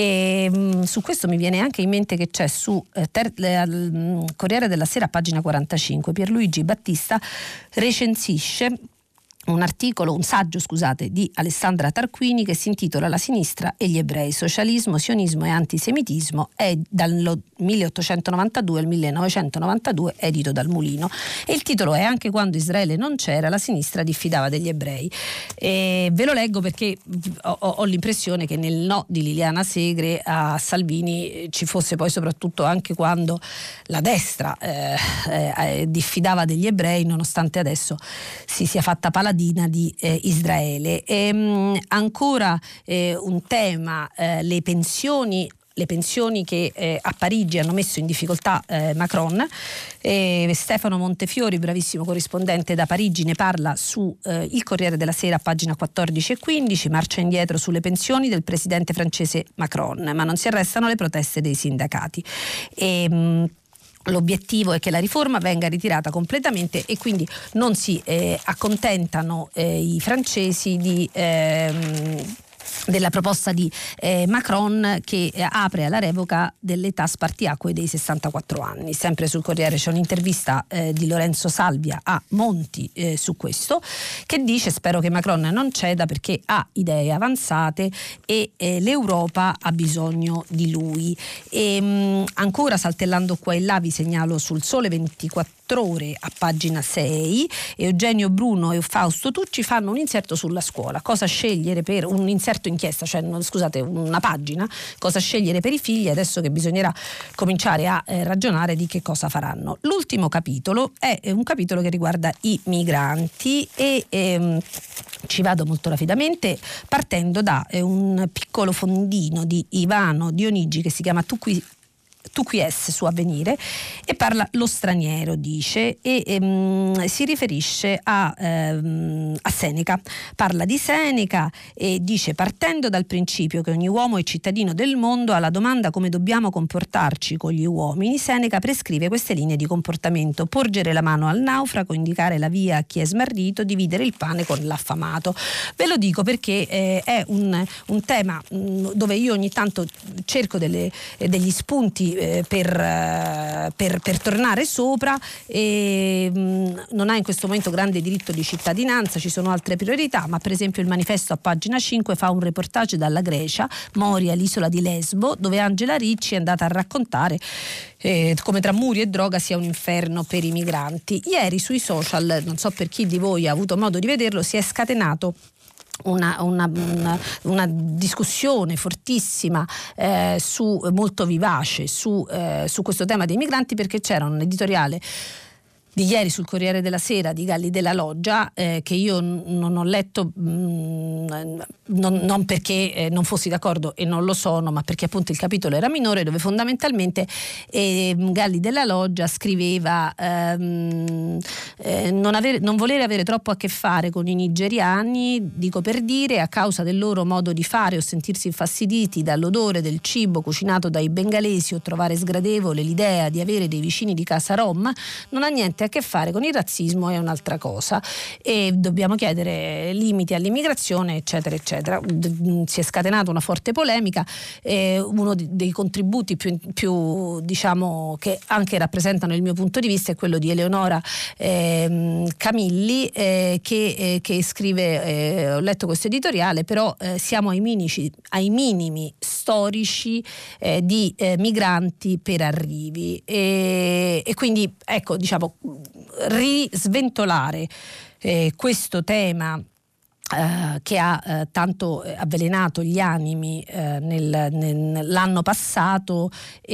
E mh, su questo mi viene anche in mente che c'è su eh, ter- eh, Corriere della Sera, pagina quarantacinque, Pierluigi Battista recensisce un articolo, un saggio scusate, di Alessandra Tarquini che si intitola La sinistra e gli ebrei, socialismo, sionismo e antisemitismo, è dal milleottocentonovantadue al millenovecentonovantadue, edito dal Mulino, e il titolo è Anche quando Israele non c'era, la sinistra diffidava degli ebrei. E ve lo leggo perché ho, ho l'impressione che nel no di Liliana Segre a Salvini ci fosse poi soprattutto anche quando la destra eh, eh, diffidava degli ebrei, nonostante adesso si sia fatta paladina di eh, Israele. E, mh, ancora eh, un tema, eh, le pensioni le pensioni che eh, a Parigi hanno messo in difficoltà eh, Macron. Eh, Stefano Montefiori, bravissimo corrispondente da Parigi, ne parla su eh, il Corriere della Sera, pagina quattordici e quindici, marcia indietro sulle pensioni del presidente francese Macron, ma non si arrestano le proteste dei sindacati. E, mh, L'obiettivo è che la riforma venga ritirata completamente e quindi non si eh, accontentano eh, i francesi di ehm, della proposta di eh, Macron che eh, apre alla revoca dell'età spartiacque dei sessantaquattro anni. Sempre sul Corriere c'è un'intervista eh, di Lorenzo Salvia a Monti eh, su questo, che dice: spero che Macron non ceda perché ha idee avanzate e eh, l'Europa ha bisogno di lui. E, mh, ancora saltellando qua e là vi segnalo sul Sole ventiquattro Ore a pagina sei, Eugenio Bruno e Fausto Tucci fanno un inserto sulla scuola, cosa scegliere per un inserto inchiesta, cioè non, scusate, una pagina, cosa scegliere per i figli adesso che bisognerà cominciare a eh, ragionare di che cosa faranno. L'ultimo capitolo è un capitolo che riguarda i migranti e ehm, ci vado molto rapidamente partendo da eh, un piccolo fondino di Ivano Dionigi che si chiama Tu qui Tu qui es su Avvenire e parla lo straniero, dice, e ehm, si riferisce a, ehm, a Seneca. Parla di Seneca e dice: partendo dal principio che ogni uomo è cittadino del mondo, alla domanda come dobbiamo comportarci con gli uomini, Seneca prescrive queste linee di comportamento: porgere la mano al naufrago, indicare la via a chi è smarrito, dividere il pane con l'affamato. Ve lo dico perché eh, è un, un tema mh, dove io ogni tanto cerco delle, eh, degli spunti Per, per, per tornare sopra e mh, non ha in questo momento grande diritto di cittadinanza, ci sono altre priorità, ma per esempio il Manifesto a pagina cinque fa un reportage dalla Grecia, Moria, l'isola di Lesbo, dove Angela Ricci è andata a raccontare eh, come tra muri e droga sia un inferno per i migranti. Ieri sui social, non so per chi di voi ha avuto modo di vederlo, si è scatenato Una, una, una, una discussione fortissima eh, su, molto vivace su, eh, su questo tema dei migranti, perché c'era un editoriale di ieri sul Corriere della Sera di Galli della Loggia eh, che io n- non ho letto mh, non, non perché eh, non fossi d'accordo, e non lo sono, ma perché appunto il capitolo era minore, dove fondamentalmente eh, Galli della Loggia scriveva ehm, eh, non, avere, non volere avere troppo a che fare con i nigeriani, dico per dire, a causa del loro modo di fare o sentirsi infastiditi dall'odore del cibo cucinato dai bengalesi o trovare sgradevole l'idea di avere dei vicini di casa rom, non ha niente a che fare con il razzismo, è un'altra cosa e dobbiamo chiedere limiti all'immigrazione, eccetera eccetera. Si è scatenata una forte polemica. Eh, uno dei contributi più, più diciamo che anche rappresentano il mio punto di vista è quello di Eleonora eh, Camilli eh, che, eh, che scrive eh, ho letto questo editoriale, però eh, siamo ai minimi, ai minimi storici eh, di eh, migranti per arrivi e, e quindi ecco, diciamo, risventolare eh, questo tema Uh, che ha uh, tanto avvelenato gli animi uh, nel, nel, l'anno passato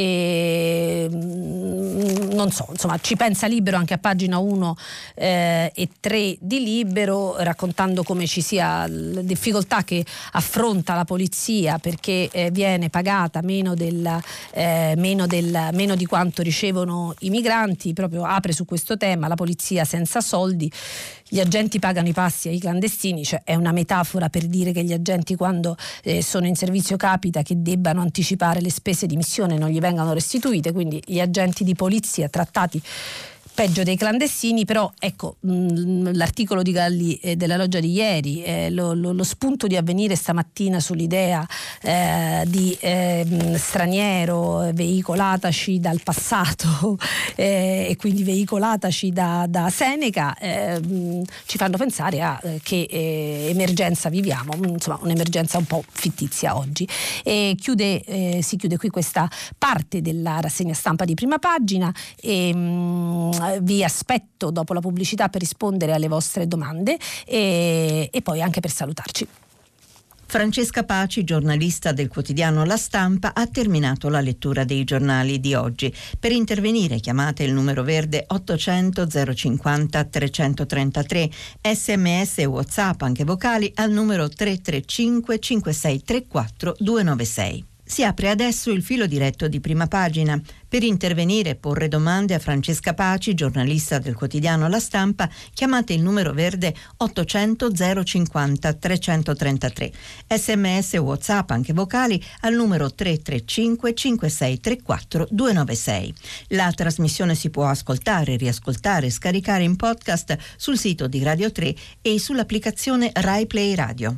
e mh, non so, insomma ci pensa Libero anche a pagina uno eh, e tre di Libero, raccontando come ci sia la difficoltà che affronta la polizia perché eh, viene pagata meno, del, eh, meno, del, meno di quanto ricevono i migranti. Proprio apre su questo tema: la polizia senza soldi, gli agenti pagano i passi ai clandestini, cioè è una metafora per dire che gli agenti quando eh, sono in servizio capita che debbano anticipare le spese di missione, non gli vengano restituite, quindi gli agenti di polizia trattati peggio dei clandestini, però ecco mh, l'articolo di Galli eh, della Loggia di ieri, eh, lo, lo, lo spunto di Avvenire stamattina sull'idea eh, di eh, straniero veicolataci dal passato eh, e quindi veicolataci da, da Seneca eh, mh, ci fanno pensare a eh, che eh, emergenza viviamo, insomma un'emergenza un po' fittizia oggi. E chiude, eh, si chiude qui questa parte della rassegna stampa di Prima Pagina e mh, vi aspetto dopo la pubblicità per rispondere alle vostre domande e, e poi anche per salutarci.
Francesca Paci, giornalista del quotidiano La Stampa, ha terminato la lettura dei giornali di oggi. Per intervenire chiamate il numero verde ottocento zero cinquanta trecentotrentatré, sms e WhatsApp anche vocali al numero tre tre cinque cinque sei tre quattro due nove sei. Si apre adesso il filo diretto di Prima Pagina. Per intervenire e porre domande a Francesca Paci, giornalista del quotidiano La Stampa, chiamate il numero verde ottocento zero cinquanta trecentotrentatré. Sms e WhatsApp anche vocali al numero tre tre cinque cinque sei tre quattro due nove sei. La trasmissione si può ascoltare, riascoltare e scaricare in podcast sul sito di Radio tre e sull'applicazione Rai Play Radio.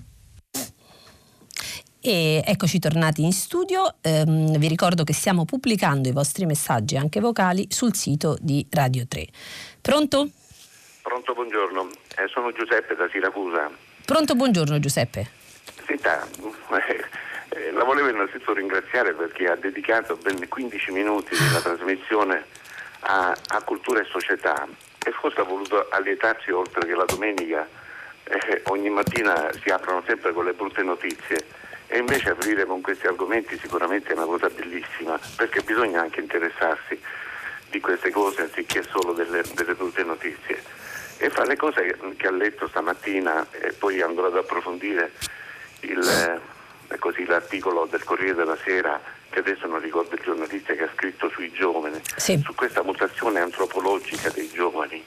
E eccoci tornati in studio, ehm, vi ricordo che stiamo pubblicando i vostri messaggi anche vocali sul sito di Radio tre. Pronto?
Pronto, buongiorno, eh, sono Giuseppe da Siracusa.
Pronto, buongiorno Giuseppe.
Senta, eh, la volevo innanzitutto ringraziare perché ha dedicato ben quindici minuti della trasmissione a, a cultura e società e forse ha voluto allietarci oltre che la domenica eh, ogni mattina si aprono sempre con le brutte notizie. E invece aprire con questi argomenti sicuramente è una cosa bellissima, perché bisogna anche interessarsi di queste cose anziché solo delle, delle brutte notizie. E fra le cose che, che ha letto stamattina, e poi andrò ad approfondire il, eh, così, l'articolo del Corriere della Sera, che adesso non ricordo il giornalista che ha scritto sui giovani,
sì.
Su questa mutazione antropologica dei giovani,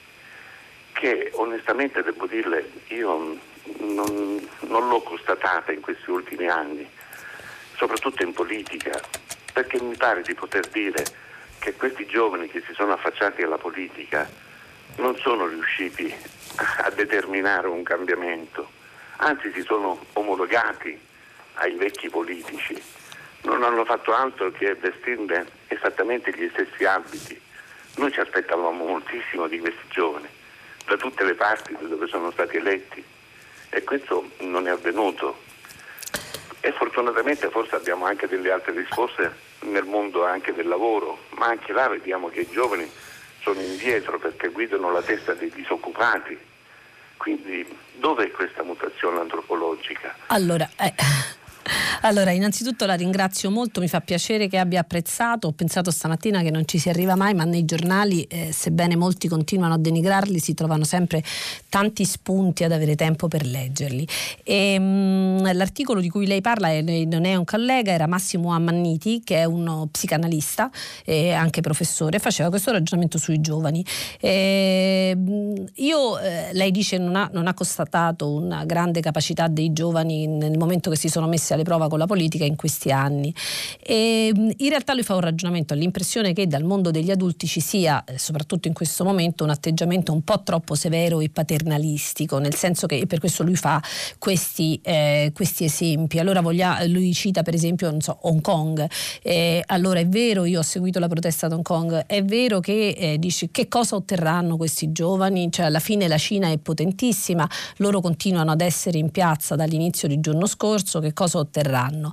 che onestamente devo dirle, io non, non l'ho constatata in questi ultimi anni, soprattutto in politica, perché mi pare di poter dire che questi giovani che si sono affacciati alla politica non sono riusciti a determinare un cambiamento, anzi si sono omologati ai vecchi politici, non hanno fatto altro che vestirne esattamente gli stessi abiti. Noi ci aspettavamo moltissimo di questi giovani, da tutte le parti dove sono stati eletti, e questo non è avvenuto. E fortunatamente forse abbiamo anche delle altre risposte nel mondo anche del lavoro, ma anche là vediamo che i giovani sono indietro perché guidano la testa dei disoccupati. Quindi dov'è questa mutazione antropologica?
Allora, eh. Allora, innanzitutto la ringrazio molto, mi fa piacere che abbia apprezzato. Ho pensato stamattina che non ci si arriva mai, ma nei giornali, eh, sebbene molti continuano a denigrarli, si trovano sempre tanti spunti ad avere tempo per leggerli. E, mh, l'articolo di cui lei parla è, non è un collega, era Massimo Ammanniti, che è uno psicanalista e anche professore, faceva questo ragionamento sui giovani. E, io, eh, lei dice non ha, non ha constatato una grande capacità dei giovani nel momento che si sono messi alle prova con la politica in questi anni, e in realtà lui fa un ragionamento, ha l'impressione che dal mondo degli adulti ci sia, soprattutto in questo momento, un atteggiamento un po' troppo severo e paternalistico, nel senso che, e per questo lui fa questi, eh, questi esempi. Allora voglia, lui cita per esempio, non so, Hong Kong. Eh, allora è vero, io ho seguito la protesta ad Hong Kong, è vero che eh, dice che cosa otterranno questi giovani, cioè alla fine la Cina è potentissima, loro continuano ad essere in piazza dall'inizio di giorno scorso, che cosa otterranno?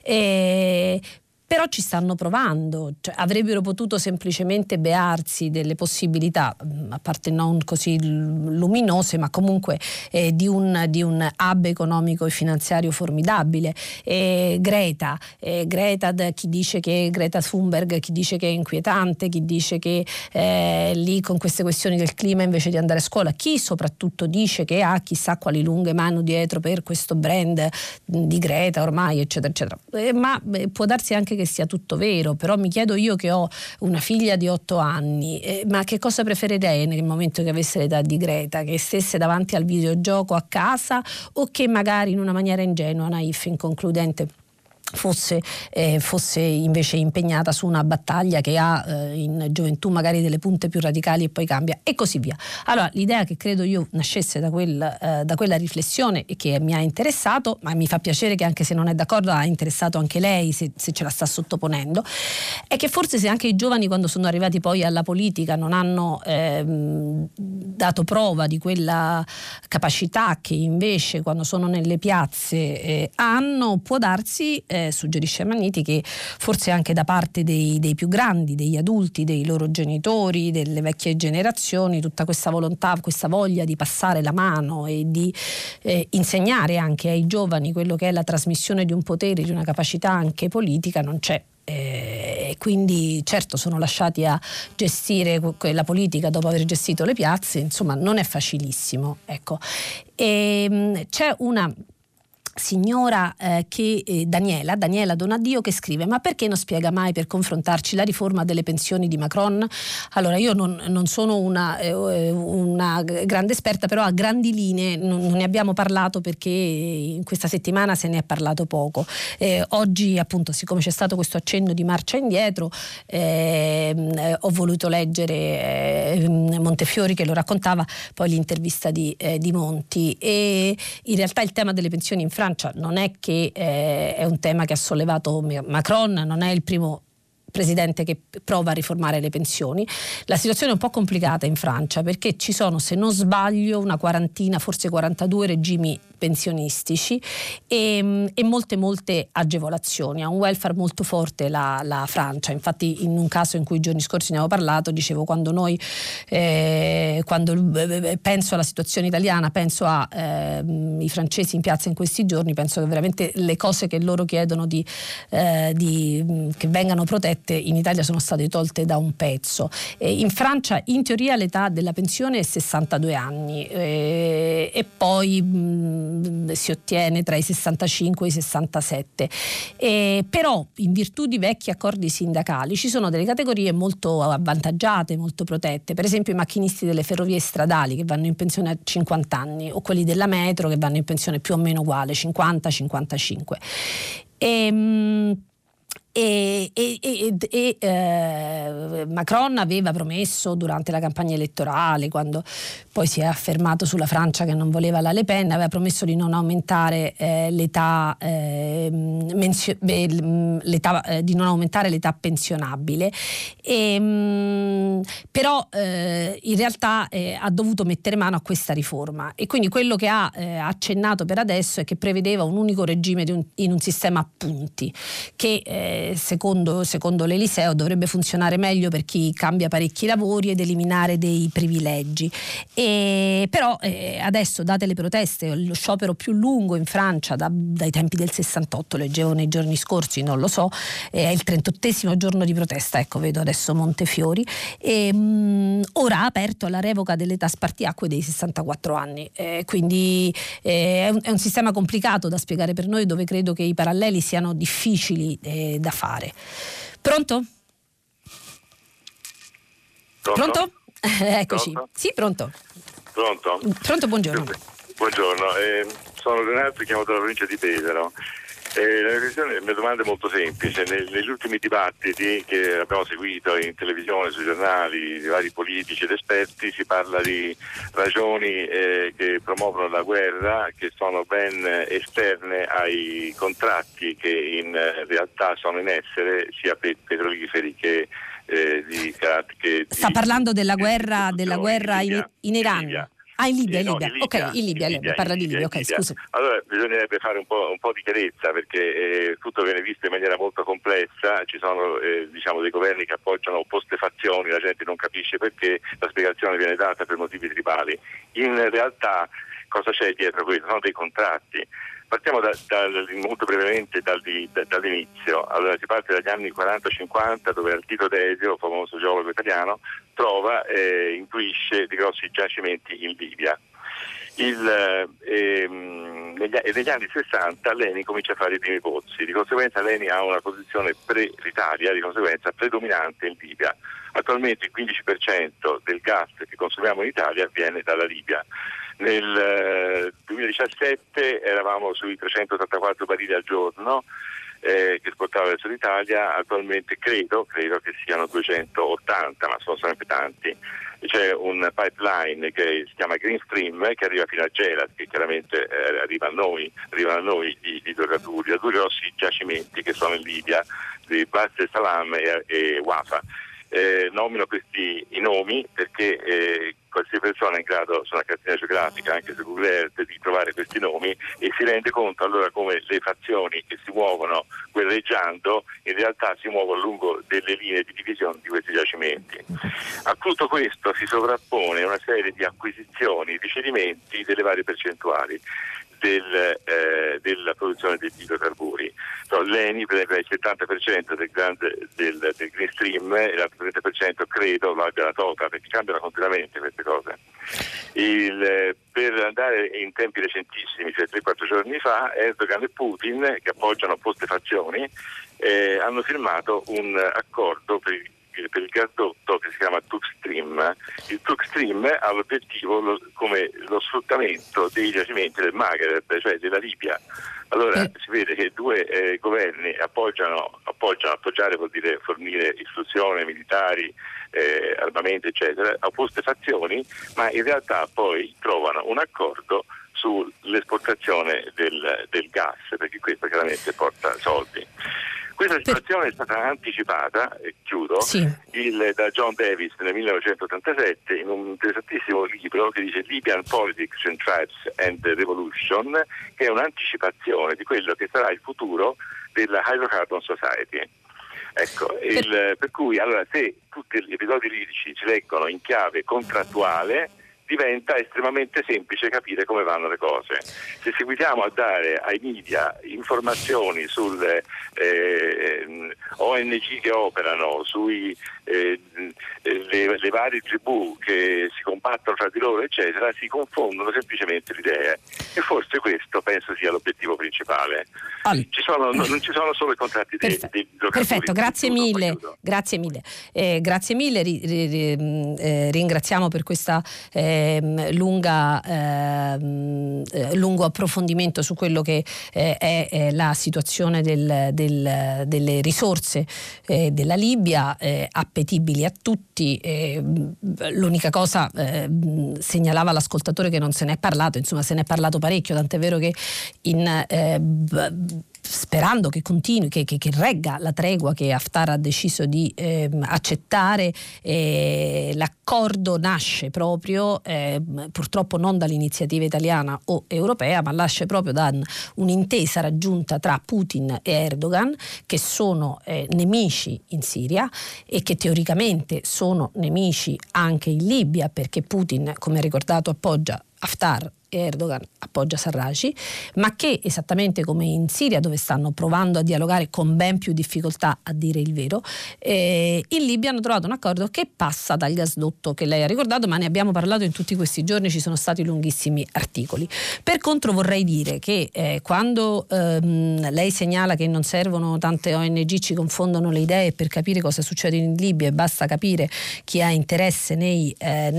E però ci stanno provando, cioè, avrebbero potuto semplicemente bearsi delle possibilità, a parte non così luminose, ma comunque eh, di, un, di un hub economico e finanziario formidabile. E Greta, eh, Greta, chi dice che Greta Thunberg, chi dice che è inquietante, chi dice che eh, lì con queste questioni del clima invece di andare a scuola, chi soprattutto dice che ha chissà quali lunghe mani dietro per questo brand di Greta ormai, eccetera, eccetera. Eh, ma eh, può darsi anche che sia tutto vero, però mi chiedo io, che ho una figlia di otto anni, eh, ma che cosa preferirei nel momento che avesse l'età di Greta? Che stesse davanti al videogioco a casa o che magari in una maniera ingenua, naif, inconcludente fosse, eh, fosse invece impegnata su una battaglia che ha eh, in gioventù magari delle punte più radicali e poi cambia e così via. Allora l'idea che credo io nascesse da, quel, eh, da quella riflessione e che mi ha interessato, ma mi fa piacere che anche se non è d'accordo ha interessato anche lei se, se ce la sta sottoponendo, è che forse se anche i giovani quando sono arrivati poi alla politica non hanno ehm, dato prova di quella capacità che invece quando sono nelle piazze eh, hanno, può darsi eh, suggerisce Manniti che forse anche da parte dei, dei più grandi, degli adulti, dei loro genitori, delle vecchie generazioni, tutta questa volontà, questa voglia di passare la mano e di eh, insegnare anche ai giovani quello che è la trasmissione di un potere, di una capacità anche politica non c'è. E quindi certo sono lasciati a gestire la politica dopo aver gestito le piazze, insomma non è facilissimo, ecco. E, c'è una signora eh, che eh, Daniela Daniela Donadio che scrive: ma perché non spiega mai per confrontarci la riforma delle pensioni di Macron? Allora io non, non sono una, eh, una grande esperta, però a grandi linee non, non ne abbiamo parlato perché in questa settimana se ne è parlato poco. Eh, oggi appunto, siccome c'è stato questo accenno di marcia indietro, eh, ho voluto leggere eh, Montefiori che lo raccontava, poi l'intervista di, eh, di Monti, e in realtà il tema delle pensioni in Francia non è che eh, è un tema che ha sollevato Macron, non è il primo presidente che prova a riformare le pensioni. La situazione è un po' complicata in Francia perché ci sono, se non sbaglio, una quarantina, forse quarantadue regimi pensionistici e, e molte molte agevolazioni. Ha un welfare molto forte la, la Francia. Infatti in un caso in cui i giorni scorsi ne avevo parlato dicevo, quando noi eh, quando eh, penso alla situazione italiana, penso a eh, i francesi in piazza in questi giorni, penso che veramente le cose che loro chiedono di, eh, di che vengano protette in Italia sono state tolte da un pezzo. E in Francia in teoria l'età della pensione è sessantadue anni eh, e poi mh, si ottiene tra i sessantacinque e i sessantasette, eh, però in virtù di vecchi accordi sindacali ci sono delle categorie molto avvantaggiate, molto protette, per esempio i macchinisti delle ferrovie stradali che vanno in pensione a cinquanta anni o quelli della metro che vanno in pensione più o meno uguale, cinquanta cinquantacinque. E, mh, E, e, e, e eh, Macron aveva promesso durante la campagna elettorale, quando poi si è affermato sulla Francia che non voleva la Le Pen, aveva promesso di non aumentare eh, l'età, eh, menzio- beh, l'età eh, di non aumentare l'età pensionabile, e, mh, però eh, in realtà eh, ha dovuto mettere mano a questa riforma, e quindi quello che ha eh, accennato per adesso è che prevedeva un unico regime di un, in un sistema a punti che eh, Secondo, secondo l'Eliseo dovrebbe funzionare meglio per chi cambia parecchi lavori ed eliminare dei privilegi. E però eh, adesso, date le proteste, lo sciopero più lungo in Francia da, dai tempi del sessantotto, leggevo nei giorni scorsi, non lo so, è il trentottesimo giorno di protesta, ecco, vedo adesso Montefiori, e mh, ora ha aperto alla revoca dell'età spartiacque dei sessantaquattro anni, eh, quindi eh, è, un, è un sistema complicato da spiegare per noi, dove credo che i paralleli siano difficili eh, da fare. Pronto?
Pronto?
Pronto? Eccoci.
Pronto?
Sì, pronto.
Pronto?
Pronto, buongiorno.
Buongiorno, eh, sono Renato, chiamo dalla provincia di Pesaro. Eh, la, questione, la mia domanda è molto semplice. Neg- negli ultimi dibattiti che abbiamo seguito in televisione, sui giornali, di vari politici ed esperti, si parla di ragioni eh, che promuovono la guerra, che sono ben esterne ai contratti che in realtà sono in essere, sia pe- petroliferi che eh, di, che di...
Sta parlando della guerra, della guerra in, in Iran.
In
Ah, in Libia,
eh,
in
no,
Libia.
in Libia.
Ok, in Libia,
in Libia
parla
in
di Libia, ok,
Libia.
scusa.
Allora bisognerebbe fare un po', un po' di chiarezza, perché eh, tutto viene visto in maniera molto complessa, ci sono eh, diciamo dei governi che appoggiano opposte fazioni, la gente non capisce perché, la spiegazione viene data per motivi tribali. In realtà cosa c'è dietro questo? Sono dei contratti. Partiamo da, da, molto brevemente dal, da, dall'inizio. Allora, si parte dagli anni quaranta cinquanta, dove Altito Desio, famoso geologo italiano, trova e eh, intuisce dei grossi giacimenti in Libia. Il, ehm, negli, negli anni sessanta l'Eni comincia a fare i primi pozzi, di conseguenza l'Eni ha una posizione prioritaria, di conseguenza predominante in Libia. Attualmente il quindici per cento del gas che consumiamo in Italia viene dalla Libia. Nel eh, duemiladiciassette eravamo sui trecentottantaquattro barili al giorno,
eh, che esportava verso l'Italia, attualmente credo, credo che siano duecentottanta, ma sono sempre tanti. C'è un pipeline che si chiama Green Stream che arriva fino a Gela, che chiaramente eh, arriva a noi, arriva a noi di, di idrocarburi, a due grossi giacimenti che sono in Libia, di Bas el Salam e, e Wafa. Eh, nomino questi i nomi perché eh, qualsiasi persona è in grado su una cartina geografica, anche su Google Earth, di trovare questi nomi e si rende conto allora come le fazioni che si muovono guerreggiando in realtà si muovono lungo delle linee di divisione di questi giacimenti. A tutto questo si sovrappone una serie di acquisizioni, di cedimenti delle varie percentuali del, eh, della produzione degli idrocarburi. So, L'Eni prende il settanta per cento del, grande, del, del Green Stream e l'altro trenta per cento credo lo abbia la Total, perché cambiano continuamente queste cose. Il, per andare in tempi recentissimi, cioè tre quattro giorni fa, Erdogan e Putin, che appoggiano opposte fazioni, eh, hanno firmato un accordo per il per il gasdotto che si chiama Turkstream. Il Turkstream ha l'obiettivo lo, come lo sfruttamento dei giacimenti del Maghreb, cioè della Libia. Allora eh. si vede che due eh, governi appoggiano, appoggiano, appoggiare vuol dire fornire istruzione, militari, eh, armamenti eccetera, a opposte fazioni, ma in realtà poi trovano un accordo sull'esportazione del, del gas, perché questo chiaramente porta soldi. Questa situazione è stata anticipata, e chiudo, sì. il, da John Davis nel millenovecentottantasette in un interessantissimo libro che dice Libyan Politics and Tribes and Revolution, che è un'anticipazione di quello che sarà il futuro della Hydrocarbon Society. Ecco, il, per cui allora se tutti gli episodi lirici si leggono in chiave contrattuale, diventa estremamente semplice capire come vanno le cose. Se seguitiamo a dare ai media informazioni sulle eh, O N G che operano, sui eh, le, le varie tribù che si combattono tra di loro eccetera, si confondono semplicemente le idee e forse questo penso sia l'obiettivo principale. Allora. Ci sono, non, non ci sono solo i contratti dei idrocarburi.
Perfetto, grazie mille, grazie mille, eh, grazie mille, ri, ri, ri, eh, ringraziamo per questa eh, lunga eh, lungo approfondimento su quello che eh, è, è la situazione del, del, delle risorse eh, della Libia, eh, appetibili a tutti. Eh, l'unica cosa, eh, segnalava l'ascoltatore che non se ne è parlato, insomma se ne è parlato parecchio, tant'è vero che in eh, b- sperando che continui, che, che, che regga la tregua che Haftar ha deciso di eh, accettare, eh, l'accordo nasce proprio eh, purtroppo non dall'iniziativa italiana o europea, ma nasce proprio da un'intesa raggiunta tra Putin e Erdogan, che sono eh, nemici in Siria e che teoricamente sono nemici anche in Libia, perché Putin, come ha ricordato, appoggia Haftar e Erdogan appoggia Sarraj, ma che esattamente come in Siria, dove stanno provando a dialogare con ben più difficoltà, a dire il vero, eh, in Libia hanno trovato un accordo che passa dal gasdotto che lei ha ricordato, ma ne abbiamo parlato in tutti questi giorni, ci sono stati lunghissimi articoli. Per contro vorrei dire che eh, quando ehm, lei segnala che non servono tante O N G, ci confondono le idee per capire cosa succede in Libia e basta capire chi ha interesse nei, eh,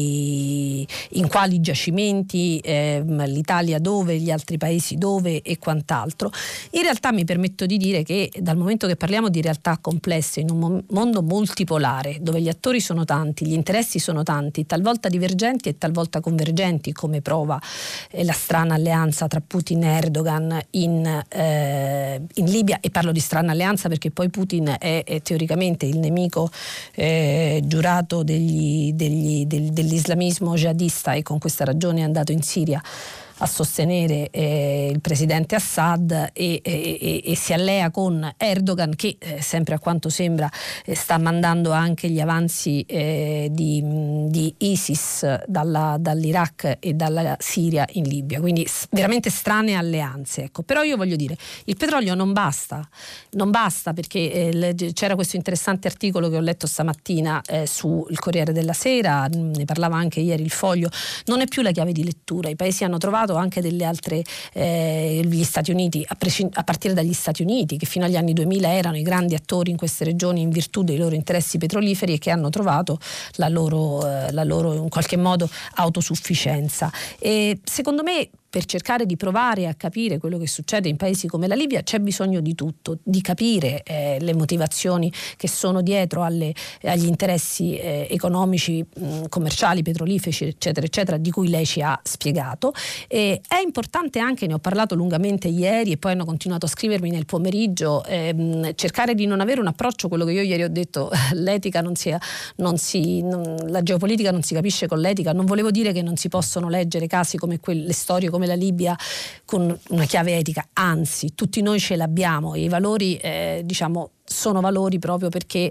nei in quali giacimenti, Eh, l'Italia dove, gli altri paesi dove e quant'altro. In realtà mi permetto di dire che dal momento che parliamo di realtà complesse in un mo- mondo multipolare dove gli attori sono tanti, gli interessi sono tanti, talvolta divergenti e talvolta convergenti, come prova eh, la strana alleanza tra Putin e Erdogan in, eh, in Libia, e parlo di strana alleanza perché poi Putin è, è teoricamente il nemico eh, giurato degli, degli, del, dell'islamismo jihadista e con questa ragione è andato in Siria a sostenere eh, il presidente Assad e, e, e si allea con Erdogan che eh, sempre a quanto sembra eh, sta mandando anche gli avanzi eh, di, di ISIS dalla, dall'Iraq e dalla Siria in Libia, quindi veramente strane alleanze, ecco. Però io voglio dire, il petrolio non basta non basta perché eh, c'era questo interessante articolo che ho letto stamattina eh, sul Corriere della Sera, ne parlava anche ieri il Foglio, non è più la chiave di lettura, i paesi hanno trovato anche delle altre, eh, gli Stati Uniti, a, prescind- a partire dagli Stati Uniti, che fino agli anni duemila erano i grandi attori in queste regioni in virtù dei loro interessi petroliferi e che hanno trovato la loro, eh, la loro in qualche modo autosufficienza. E secondo me per cercare di provare a capire quello che succede in paesi come la Libia c'è bisogno di tutto, di capire eh, le motivazioni che sono dietro alle, agli interessi eh, economici, mh, commerciali, petroliferi, eccetera, eccetera, di cui lei ci ha spiegato. E è importante anche, ne ho parlato lungamente ieri e poi hanno continuato a scrivermi nel pomeriggio, ehm, cercare di non avere un approccio, quello che io ieri ho detto, l'etica non si, non si non, la geopolitica non si capisce con l'etica. Non volevo dire che non si possono leggere casi come quelle, storie come la Libia con una chiave etica, anzi tutti noi ce l'abbiamo e i valori eh, diciamo sono valori proprio perché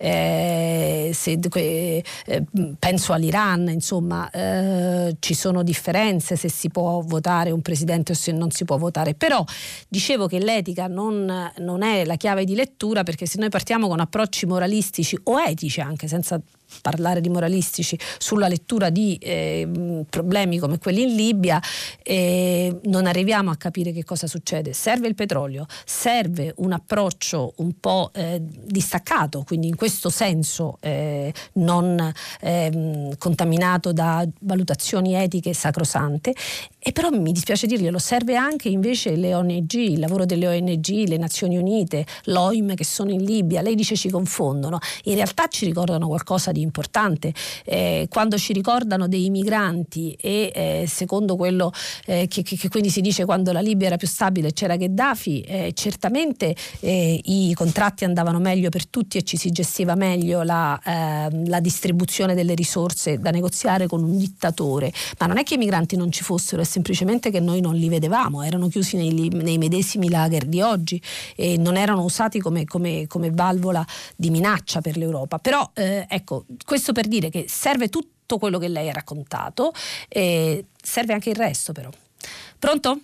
eh, se, eh, penso all'Iran, insomma eh, ci sono differenze se si può votare un presidente o se non si può votare, però dicevo che l'etica non, non è la chiave di lettura, perché se noi partiamo con approcci moralistici o etici, anche senza parlare di moralistici, sulla lettura di eh, problemi come quelli in Libia, eh, non arriviamo a capire che cosa succede. Serve il petrolio, serve un approccio un po' eh, distaccato, quindi in questo senso eh, non eh, contaminato da valutazioni etiche sacrosante. E però mi dispiace dirglielo, serve anche invece le O N G, il lavoro delle O N G, le Nazioni Unite, l'O I M che sono in Libia. Lei dice ci confondono, in realtà ci ricordano qualcosa di importante. Eh, quando ci ricordano dei migranti e eh, secondo quello eh, che, che, che quindi si dice quando la Libia era più stabile c'era Gheddafi, eh, certamente eh, i contratti andavano meglio per tutti e ci si gestiva meglio la, eh, la distribuzione delle risorse da negoziare con un dittatore, ma non è che i migranti non ci fossero, è semplicemente che noi non li vedevamo, erano chiusi nei, nei medesimi lager di oggi e non erano usati come, come, come valvola di minaccia per l'Europa. Però eh, ecco, questo per dire che serve tutto quello che lei ha raccontato, e serve anche il resto però. Pronto?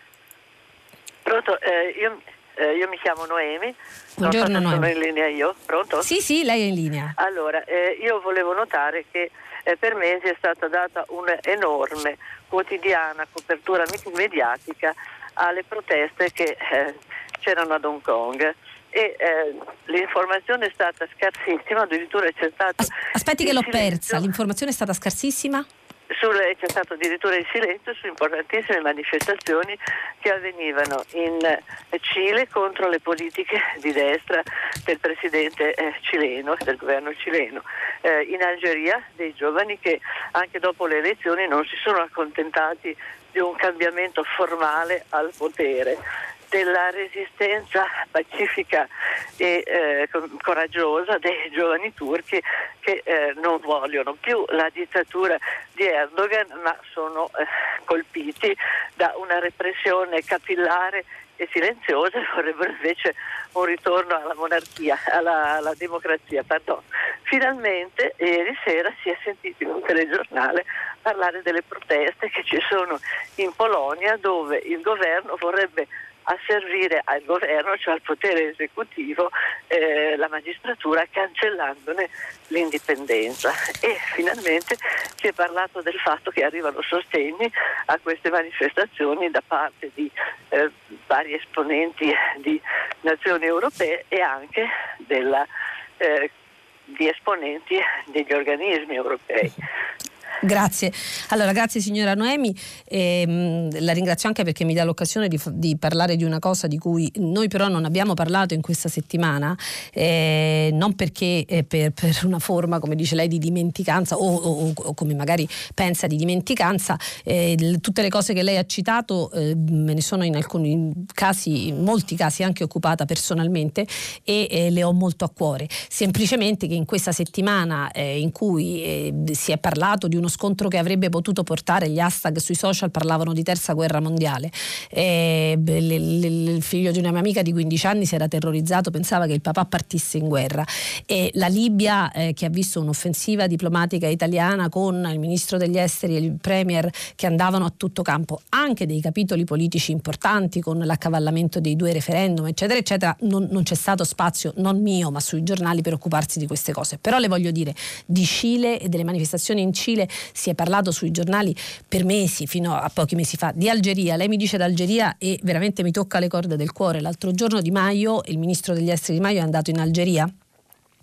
Pronto, eh, io, eh, io mi chiamo Noemi.
Buongiorno
non so se
Noemi.
sono in linea io, pronto?
Sì, sì, lei è in linea.
Allora, eh, io volevo notare che eh, per mesi è stata data un'enorme quotidiana copertura mediatica alle proteste che eh, c'erano ad Hong Kong. E eh, l'informazione è stata scarsissima, addirittura c'è stato
As- aspetti che l'ho
silenzio.
persa, l'informazione è stata scarsissima?
Sulle, c'è stato addirittura il silenzio su importantissime manifestazioni che avvenivano in Cile contro le politiche di destra del presidente eh, cileno, del governo cileno, eh, in Algeria dei giovani che anche dopo le elezioni non si sono accontentati di un cambiamento formale al potere, della resistenza pacifica e eh, coraggiosa dei giovani turchi che eh, non vogliono più la dittatura di Erdogan, ma sono eh, colpiti da una repressione capillare e silenziosa e vorrebbero invece un ritorno alla monarchia, alla, alla democrazia. Pardon. Finalmente ieri sera si è sentito in un telegiornale parlare delle proteste che ci sono in Polonia, dove il governo vorrebbe asservire al governo, cioè al potere esecutivo, eh, la magistratura, cancellandone l'indipendenza. E finalmente si è parlato del fatto che arrivano sostegni a queste manifestazioni da parte di eh, vari esponenti di nazioni europee e anche della, eh, di esponenti degli organismi europei.
Grazie. Allora, grazie signora Noemi, e, mh, la ringrazio anche perché mi dà l'occasione di, di parlare di una cosa di cui noi però non abbiamo parlato in questa settimana, eh, non perché eh, per, per una forma, come dice lei, di dimenticanza o, o, o come magari pensa di dimenticanza, eh, l- tutte le cose che lei ha citato eh, me ne sono in alcuni casi, in molti casi anche occupata personalmente e eh, le ho molto a cuore, semplicemente che in questa settimana eh, in cui eh, si è parlato di uno scontro che avrebbe potuto portare, gli hashtag sui social parlavano di terza guerra mondiale, e l- l- il figlio di una mia amica di quindici anni si era terrorizzato, pensava che il papà partisse in guerra, e la Libia eh, che ha visto un'offensiva diplomatica italiana con il ministro degli esteri e il premier che andavano a tutto campo, anche dei capitoli politici importanti con l'accavallamento dei due referendum eccetera eccetera, non, non c'è stato spazio, non mio ma sui giornali, per occuparsi di queste cose. Però le voglio dire, di Cile e delle manifestazioni in Cile si è parlato sui giornali per mesi, fino a pochi mesi fa. Di Algeria, lei mi dice d'Algeria e veramente mi tocca le corde del cuore. L'altro giorno Di Maio, il ministro degli esteri Di Maio, è andato in Algeria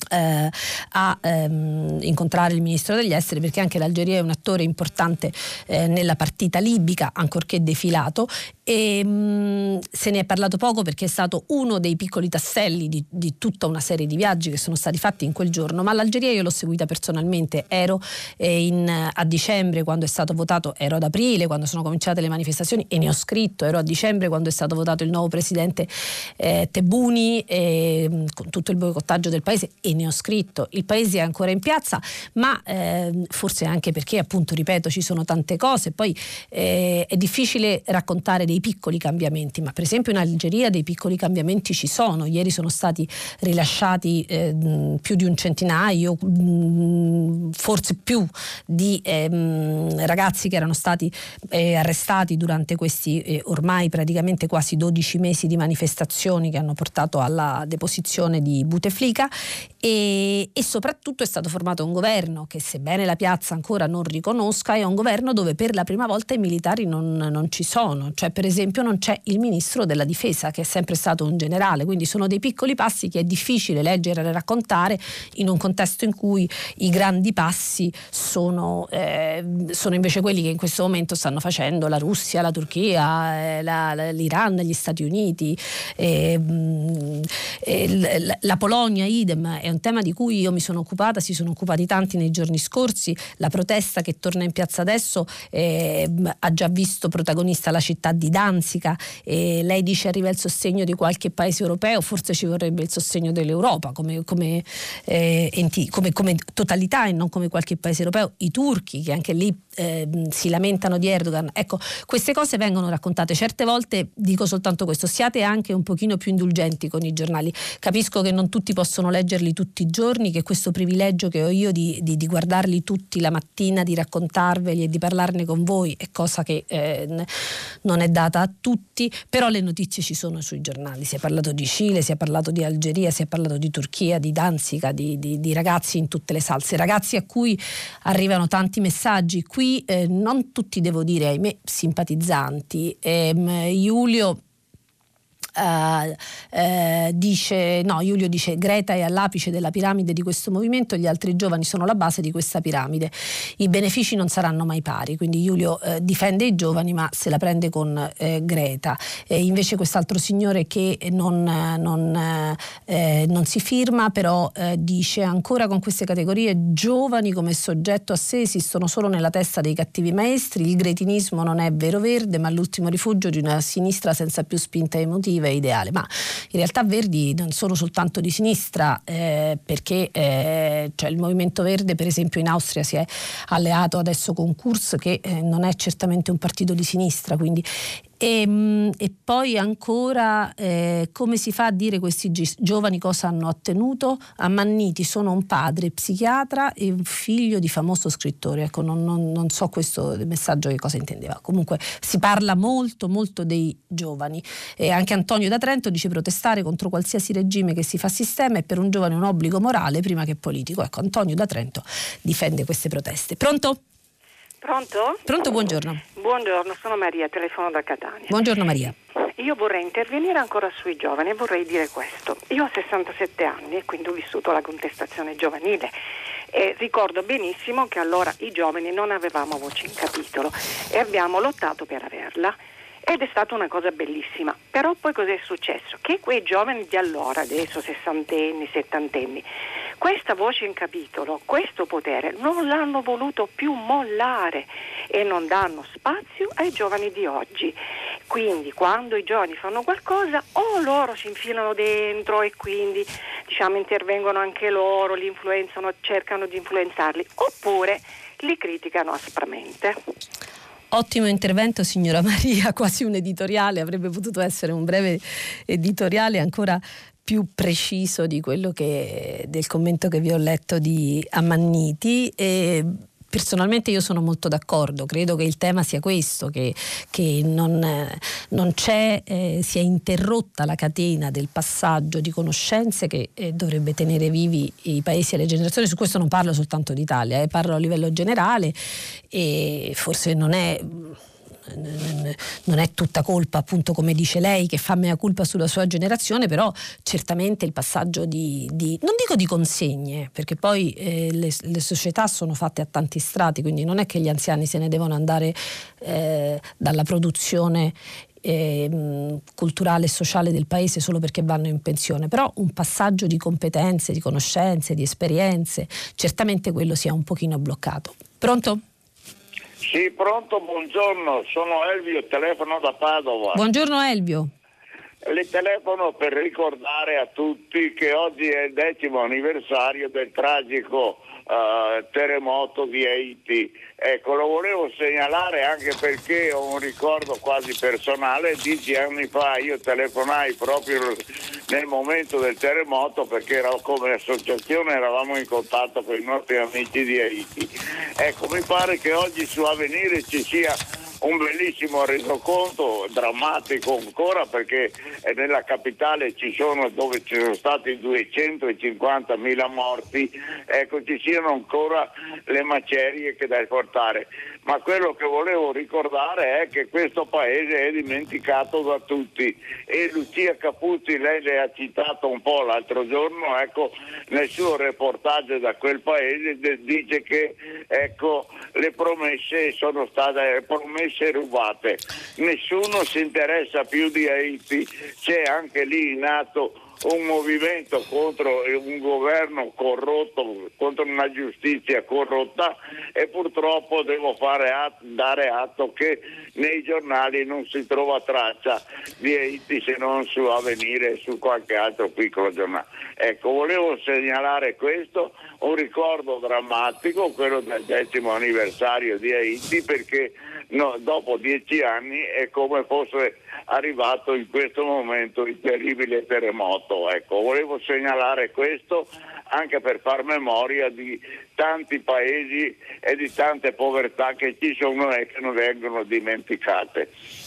Eh, a ehm, incontrare il ministro degli esteri, perché anche l'Algeria è un attore importante eh, nella partita libica, ancorché defilato, e mh, se ne è parlato poco perché è stato uno dei piccoli tasselli di, di tutta una serie di viaggi che sono stati fatti in quel giorno. Ma l'Algeria io l'ho seguita personalmente, ero eh, in, a dicembre quando è stato votato, ero ad aprile quando sono cominciate le manifestazioni e ne ho scritto, ero a dicembre quando è stato votato il nuovo presidente eh, Tebboune, eh, con tutto il boicottaggio del paese, e ne ho scritto. Il paese è ancora in piazza, ma eh, forse anche perché, appunto, ripeto, ci sono tante cose, poi eh, è difficile raccontare dei piccoli cambiamenti, ma per esempio in Algeria dei piccoli cambiamenti ci sono. Ieri sono stati rilasciati eh, più di un centinaio, mh, forse più, di eh, ragazzi che erano stati eh, arrestati durante questi eh, ormai praticamente quasi dodici mesi di manifestazioni che hanno portato alla deposizione di Bouteflika. E, e soprattutto è stato formato un governo che, sebbene la piazza ancora non riconosca, è un governo dove per la prima volta i militari non, non ci sono. Cioè, per esempio, non c'è il ministro della difesa, che è sempre stato un generale. Quindi sono dei piccoli passi che è difficile leggere e raccontare in un contesto in cui i grandi passi sono, eh, sono invece quelli che in questo momento stanno facendo la Russia, la Turchia, eh, la, la, l'Iran, gli Stati Uniti, eh, eh, la, la Polonia, idem. È un tema di cui io mi sono occupata, si sono occupati tanti nei giorni scorsi. La protesta che torna in piazza adesso eh, ha già visto protagonista la città di Danzica. Eh, lei dice arriva il sostegno di qualche paese europeo, forse ci vorrebbe il sostegno dell'Europa come, come, eh, enti, come, come totalità e non come qualche paese europeo. I turchi, che anche lì eh, si lamentano di Erdogan. Ecco, queste cose vengono raccontate. Certe volte dico soltanto questo: siate anche un pochino più indulgenti con i giornali. Capisco che non tutti possono leggerli tutti i giorni, che questo privilegio che ho io di, di, di guardarli tutti la mattina, di raccontarveli e di parlarne con voi è cosa che eh, non è data a tutti, però le notizie ci sono sui giornali. Si è parlato di Cile, si è parlato di Algeria, si è parlato di Turchia, di Danzica, di, di, di ragazzi in tutte le salse, ragazzi a cui arrivano tanti messaggi. Qui eh, non tutti, devo dire, ahimè, simpatizzanti. ehm, Giulio Uh, uh, dice no, Giulio dice Greta è all'apice della piramide di questo movimento, gli altri giovani sono la base di questa piramide, i benefici non saranno mai pari. Quindi Giulio uh, difende i giovani ma se la prende con uh, Greta. E invece quest'altro signore che non, non, uh, non si firma però uh, dice ancora con queste categorie giovani come soggetto a sé esistono solo nella testa dei cattivi maestri, il gretinismo non è vero verde ma l'ultimo rifugio di una sinistra senza più spinta emotiva è ideale. Ma in realtà Verdi non sono soltanto di sinistra, eh, perché eh, cioè il Movimento Verde per esempio in Austria si è alleato adesso con Kurz, che eh, non è certamente un partito di sinistra, quindi E, e poi ancora eh, come si fa a dire questi gi- giovani cosa hanno ottenuto? Ammanniti sono un padre psichiatra e un figlio di famoso scrittore. Ecco, non, non, non so questo messaggio che cosa intendeva. Comunque si parla molto molto dei giovani. E anche Antonio da Trento dice protestare contro qualsiasi regime che si fa sistema è per un giovane un obbligo morale prima che politico. Ecco, Antonio da Trento difende queste proteste. Pronto?
Pronto?
Pronto, buongiorno.
Buongiorno, sono Maria, telefono da Catania.
Buongiorno Maria.
Io vorrei intervenire ancora sui giovani e vorrei dire questo. Io ho sessantasette anni e quindi ho vissuto la contestazione giovanile e ricordo benissimo che allora i giovani non avevamo voce in capitolo e abbiamo lottato per averla. Ed è stata una cosa bellissima. Però poi cos'è successo? Che quei giovani di allora, adesso sessantenni, settantenni, questa voce in capitolo, questo potere non l'hanno voluto più mollare e non danno spazio ai giovani di oggi. Quindi quando i giovani fanno qualcosa o loro si infilano dentro e quindi diciamo intervengono anche loro, li influenzano, cercano di influenzarli, oppure li criticano aspramente.
Ottimo intervento signora Maria, quasi un editoriale, avrebbe potuto essere un breve editoriale ancora più preciso di quello che del commento che vi ho letto di Ammanniti. E personalmente io sono molto d'accordo, credo che il tema sia questo, che, che non, non c'è, eh, si è interrotta la catena del passaggio di conoscenze che eh, dovrebbe tenere vivi i paesi e le generazioni. Su questo non parlo soltanto d'Italia, eh, parlo a livello generale e forse non è non è tutta colpa, appunto, come dice lei, che fa mea culpa sulla sua generazione, però certamente il passaggio di, di non dico di consegne, perché poi eh, le, le società sono fatte a tanti strati, quindi non è che gli anziani se ne devono andare eh, dalla produzione Eh, culturale e sociale del paese solo perché vanno in pensione, però un passaggio di competenze, di conoscenze, di esperienze, certamente quello sia un pochino bloccato. Pronto?
Sì, pronto, buongiorno, sono Elvio, telefono da Padova.
Buongiorno Elvio.
Le telefono per ricordare a tutti che oggi è il decimo anniversario del tragico uh, terremoto di Haiti. Ecco, lo volevo segnalare anche perché ho un ricordo quasi personale. Dieci anni fa io telefonai proprio nel momento del terremoto, perché era, come associazione eravamo in contatto con i nostri amici di Haiti. Ecco, mi pare che oggi su Avvenire ci sia un bellissimo resoconto, drammatico ancora, perché nella capitale ci sono, dove ci sono stati duecentocinquantamila morti, ecco, ci siano ancora le macerie che da portare. Ma quello che volevo ricordare è che questo paese è dimenticato da tutti, e Lucia Capuzzi, lei le ha citato un po' l'altro giorno, ecco, nel suo reportage da quel paese dice che, ecco, le promesse sono state promesse rubate. Nessuno si interessa più di Haiti, c'è anche lì in atto un movimento contro un governo corrotto, contro una giustizia corrotta, e purtroppo devo fare atto, dare atto che nei giornali non si trova traccia di Haiti, se non su Avvenire e su qualche altro piccolo giornale. Ecco, volevo segnalare questo, un ricordo drammatico, quello del decimo anniversario di Haiti, perché no, dopo dieci anni è come fosse arrivato in questo momento il terribile terremoto. Ecco, volevo segnalare questo anche per far memoria di tanti paesi e di tante povertà che ci sono e che non vengono dimenticate.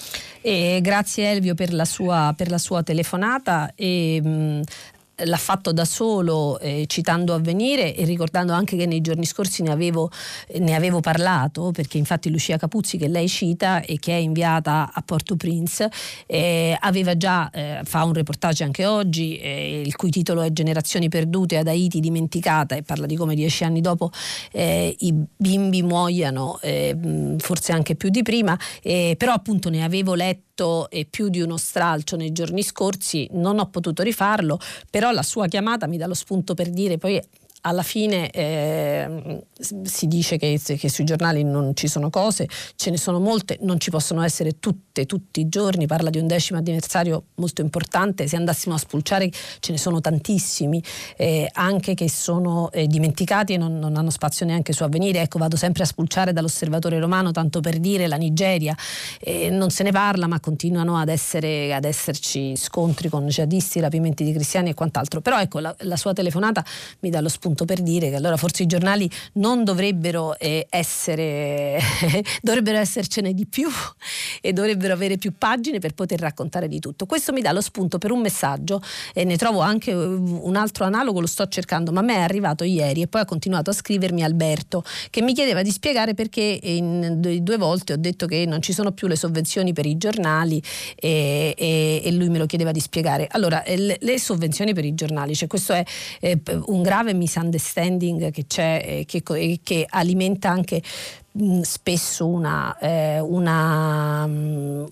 E grazie Elvio per la sua, per la sua telefonata. E, mh, l'ha fatto da solo, eh, citando Avvenire e ricordando anche che nei giorni scorsi ne avevo, ne avevo parlato, perché infatti Lucia Capuzzi, che lei cita e che è inviata a Port-au-Prince, eh, aveva già eh, fa un reportage anche oggi, eh, il cui titolo è Generazioni perdute ad Haiti dimenticata, e parla di come dieci anni dopo eh, i bimbi muoiano, eh, forse anche più di prima, eh, però appunto ne avevo letto e più di uno stralcio nei giorni scorsi, non ho potuto rifarlo, però la sua chiamata mi dà lo spunto per dire, poi alla fine eh, si dice che, che sui giornali non ci sono cose, ce ne sono molte, non ci possono essere tutte, tutti i giorni. Parla di un decimo anniversario molto importante, se andassimo a spulciare ce ne sono tantissimi, eh, anche che sono eh, dimenticati e non, non hanno spazio neanche su Avvenire. Ecco, vado sempre a spulciare dall'Osservatore Romano, tanto per dire, la Nigeria, eh, non se ne parla, ma continuano ad, essere, ad esserci scontri con jihadisti, rapimenti di cristiani e quant'altro. Però ecco, la, la sua telefonata mi dà lo spunto per dire che allora forse i giornali non dovrebbero eh, essere dovrebbero essercene di più e dovrebbero avere più pagine per poter raccontare di tutto. Questo mi dà lo spunto per un messaggio, e ne trovo anche un altro analogo, lo sto cercando, ma a me è arrivato ieri e poi ha continuato a scrivermi Alberto, che mi chiedeva di spiegare perché in due volte ho detto che non ci sono più le sovvenzioni per i giornali, e, e, e lui me lo chiedeva di spiegare. Allora, le, le sovvenzioni per i giornali, cioè questo è eh, un grave misunderstanding che c'è, eh, che, che alimenta anche mh, spesso una, eh, una um,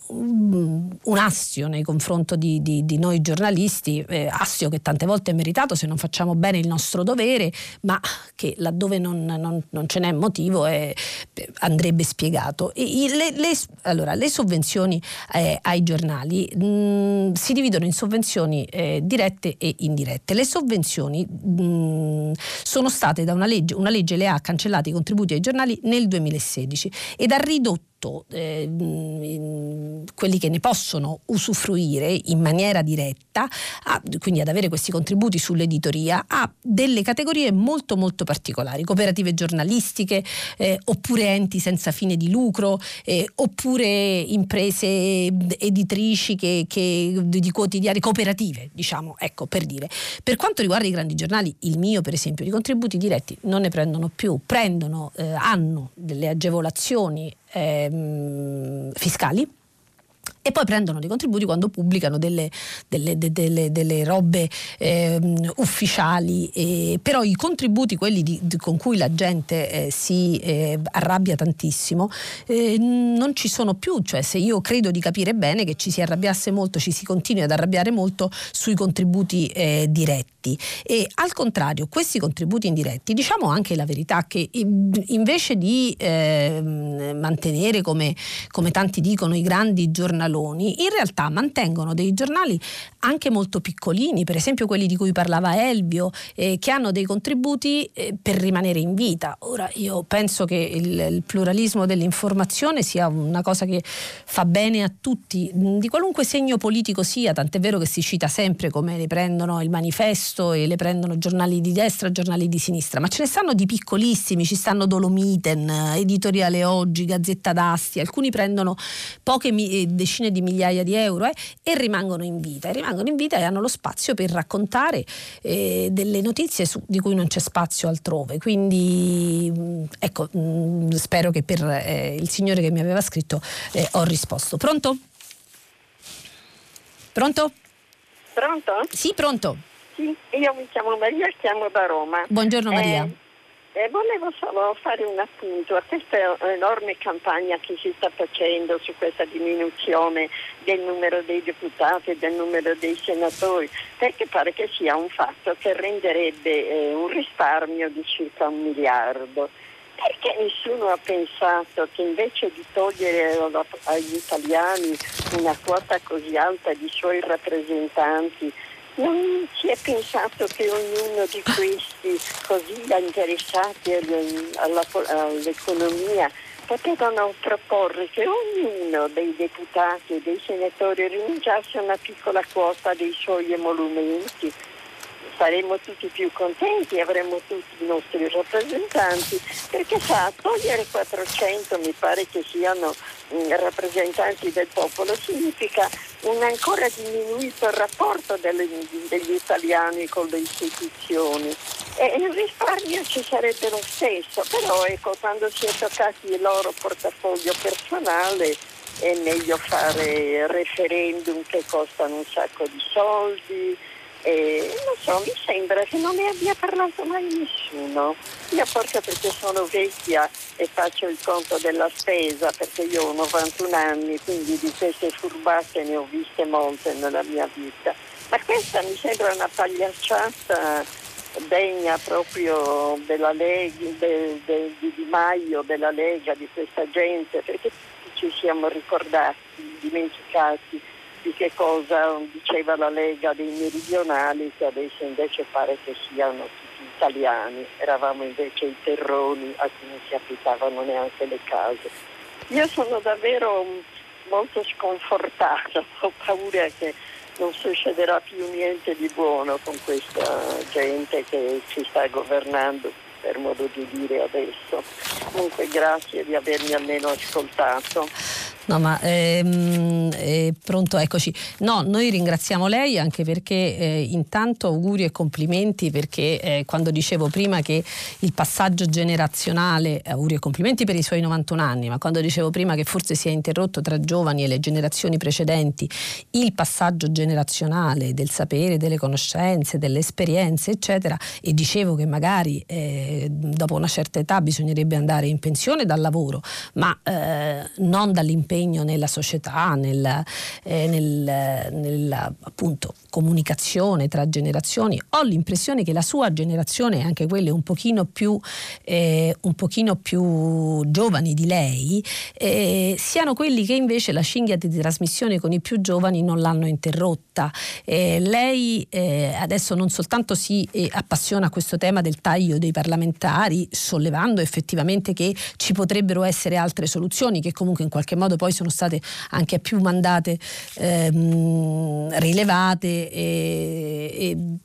un astio nei confronti di, di, di noi giornalisti, eh, astio che tante volte è meritato se non facciamo bene il nostro dovere, ma che laddove non, non, non ce n'è motivo eh, andrebbe spiegato. E, le, le, allora, le sovvenzioni eh, ai giornali mh, si dividono in sovvenzioni eh, dirette e indirette. Le sovvenzioni mh, sono state da una legge, una legge le ha cancellati i contributi ai giornali nel duemilasedici ed ha ridotto Eh, quelli che ne possono usufruire in maniera diretta, a, quindi ad avere questi contributi sull'editoria, a delle categorie molto molto particolari: cooperative giornalistiche, eh, oppure enti senza fine di lucro, eh, oppure imprese editrici che, che, di quotidiani, cooperative, diciamo, ecco, per dire. Per quanto riguarda i grandi giornali, il mio per esempio, di contributi diretti non ne prendono più, prendono, eh, hanno delle agevolazioni ehm, fiscali. E poi prendono dei contributi quando pubblicano delle, delle, de, delle, delle robe eh, ufficiali, eh, però i contributi, quelli di, di, con cui la gente eh, si eh, arrabbia tantissimo, eh, non ci sono più. Cioè, se io credo di capire bene che ci si arrabbiasse molto, ci si continui ad arrabbiare molto sui contributi eh, diretti. E al contrario, questi contributi indiretti, diciamo anche la verità, che invece di eh, mantenere, come, come tanti dicono, i grandi giornaloni, in realtà mantengono dei giornali anche molto piccolini, per esempio quelli di cui parlava Elvio, eh, che hanno dei contributi eh, per rimanere in vita. Ora, io penso che il, il pluralismo dell'informazione sia una cosa che fa bene a tutti, di qualunque segno politico sia, tant'è vero che si cita sempre come le prendono il Manifesto e le prendono giornali di destra, giornali di sinistra, ma ce ne stanno di piccolissimi, ci stanno Dolomiten, Editoriale Oggi, Gazzetta d'Asti, alcuni prendono poche mi- decine di migliaia di euro eh, e rimangono in vita e rimangono in vita e hanno lo spazio per raccontare eh, delle notizie su, di cui non c'è spazio altrove. Quindi ecco, mh, spero che per eh, il signore che mi aveva scritto eh, ho risposto. Pronto? Pronto?
Pronto?
Sì, pronto.
Sì, io mi chiamo Maria, chiamo da Roma.
Buongiorno Maria.
Eh, Eh, volevo solo fare un appunto a questa enorme campagna che si sta facendo su questa diminuzione del numero dei deputati e del numero dei senatori, perché pare che sia un fatto che renderebbe eh, un risparmio di circa un miliardo. Perché nessuno ha pensato che invece di togliere agli italiani una quota così alta di suoi rappresentanti, non si è pensato che ognuno di questi così interessati alla, all'economia potevano proporre che ognuno dei deputati e dei senatori rinunciasse a una piccola quota dei suoi emolumenti? Saremmo tutti più contenti, avremmo tutti i nostri rappresentanti, perché sa, togliere quattrocento, mi pare che siano mh, rappresentanti del popolo, significa un ancora diminuito rapporto delle, degli italiani con le istituzioni. E il risparmio ci sarebbe lo stesso, però ecco, quando si è toccati il loro portafoglio personale è meglio fare referendum che costano un sacco di soldi. E non so, mi sembra che non ne abbia parlato mai nessuno. Io forse perché sono vecchia e faccio il conto della spesa, perché io ho novantuno anni, quindi di queste furbate ne ho viste molte nella mia vita. Ma questa mi sembra una pagliacciata degna proprio della Lega, de, de, di Di Maio, della Lega, di questa gente, perché ci siamo ricordati, dimenticati di che cosa diceva la Lega dei meridionali, che adesso invece pare che siano tutti italiani. Eravamo invece i terroni a cui non si applicavano neanche le case. Io sono davvero molto sconfortata, ho paura che non succederà più niente di buono con questa gente che ci sta governando, per modo di dire adesso. Comunque grazie di avermi almeno ascoltato.
No, ma ehm, eh, pronto, eccoci. No, noi ringraziamo lei anche perché eh, intanto auguri e complimenti, perché eh, quando dicevo prima che il passaggio generazionale, auguri e complimenti per i suoi novantuno anni, ma quando dicevo prima che forse si è interrotto tra giovani e le generazioni precedenti il passaggio generazionale del sapere, delle conoscenze, delle esperienze, eccetera, e dicevo che magari eh, dopo una certa età bisognerebbe andare in pensione dal lavoro, ma eh, non dall'impegno nella società, nel, eh, nel, nella appunto comunicazione tra generazioni. Ho l'impressione che la sua generazione e anche quelle un pochino più eh, un pochino più giovani di lei eh, siano quelli che invece la cinghia di trasmissione con i più giovani non l'hanno interrotta. Eh, lei eh, adesso non soltanto si eh, appassiona a questo tema del taglio dei parlamentari, sollevando effettivamente che ci potrebbero essere altre soluzioni che comunque in qualche modo poi sono state anche a più mandate ehm, rilevate e, e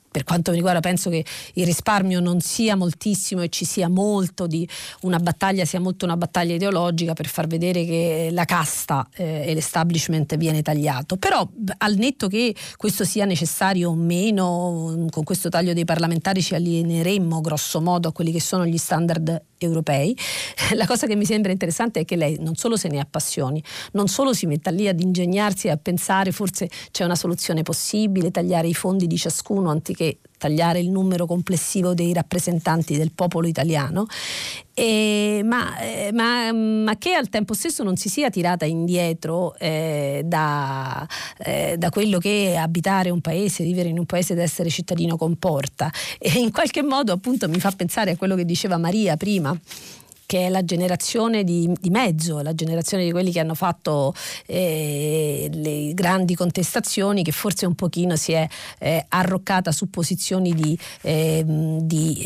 per quanto mi riguarda penso che il risparmio non sia moltissimo e ci sia molto di una battaglia, sia molto una battaglia ideologica per far vedere che la casta eh, e l'establishment viene tagliato. Però al netto che questo sia necessario o meno, con questo taglio dei parlamentari ci allieneremmo grosso modo a quelli che sono gli standard europei. La cosa che mi sembra interessante è che lei non solo se ne appassioni, non solo si metta lì ad ingegnarsi e a pensare forse c'è una soluzione possibile, tagliare i fondi di ciascuno anziché tagliare il numero complessivo dei rappresentanti del popolo italiano, e, ma, eh, ma, ma che al tempo stesso non si sia tirata indietro eh, da, eh, da quello che abitare un paese, vivere in un paese ed essere cittadino comporta. E in qualche modo appunto mi fa pensare a quello che diceva Maria prima, che è la generazione di, di mezzo, la generazione di quelli che hanno fatto eh, le grandi contestazioni, che forse un pochino si è eh, arroccata su posizioni di, eh, di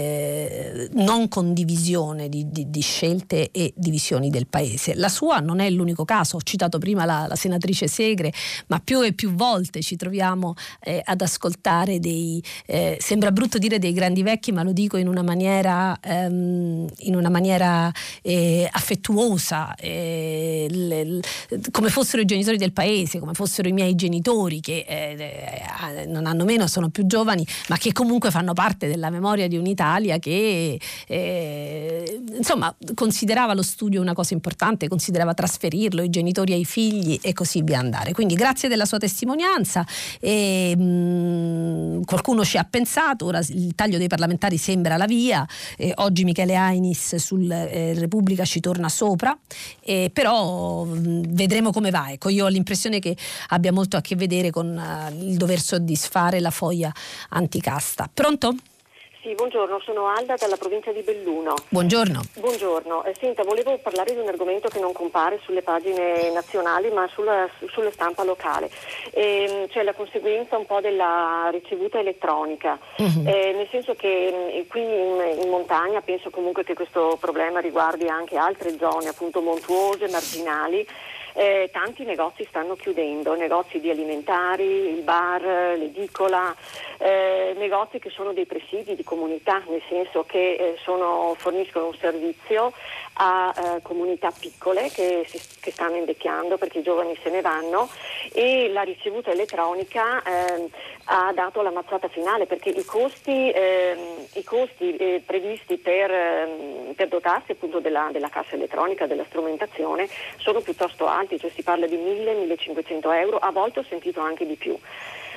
eh, non condivisione di, di, di scelte e divisioni del paese. La sua non è l'unico caso, ho citato prima la, la senatrice Segre, ma più e più volte ci troviamo eh, ad ascoltare dei, eh, sembra brutto dire dei grandi vecchi, ma lo dico in una maniera, ehm, in una maniera Era, eh, affettuosa, eh, le, le, come fossero i genitori del paese, come fossero i miei genitori, che eh, eh, non hanno meno, sono più giovani, ma che comunque fanno parte della memoria di un'Italia che eh, insomma considerava lo studio una cosa importante, considerava trasferirlo i genitori ai figli e così via andare. Quindi grazie della sua testimonianza. E, mh, qualcuno ci ha pensato, ora il taglio dei parlamentari sembra la via. Eh, oggi Michele Ainis sul eh, Repubblica ci torna sopra, eh, però mh, vedremo come va. Ecco, io ho l'impressione che abbia molto a che vedere con uh, il dover soddisfare la foglia anticasta. Pronto?
Sì, buongiorno, sono Alda dalla provincia di Belluno.
Buongiorno.
Buongiorno, eh, senta, volevo parlare di un argomento che non compare sulle pagine nazionali ma sulla, su, sulla stampa locale, e, cioè la conseguenza un po' della ricevuta elettronica, uh-huh. eh, nel senso che eh, qui in, in montagna penso comunque che questo problema riguardi anche altre zone appunto montuose, marginali. Eh, tanti negozi stanno chiudendo, negozi di alimentari, il bar, l'edicola, eh, negozi che sono dei presidi di comunità, nel senso che eh, sono, forniscono un servizio a eh, comunità piccole che, si, che stanno invecchiando perché i giovani se ne vanno, e la ricevuta elettronica eh, ha dato la mazzata finale, perché i costi, eh, i costi eh, previsti per, eh, per dotarsi appunto della, della cassa elettronica, della strumentazione, sono piuttosto alti, cioè si parla di mille millecinquecento euro, a volte ho sentito anche di più.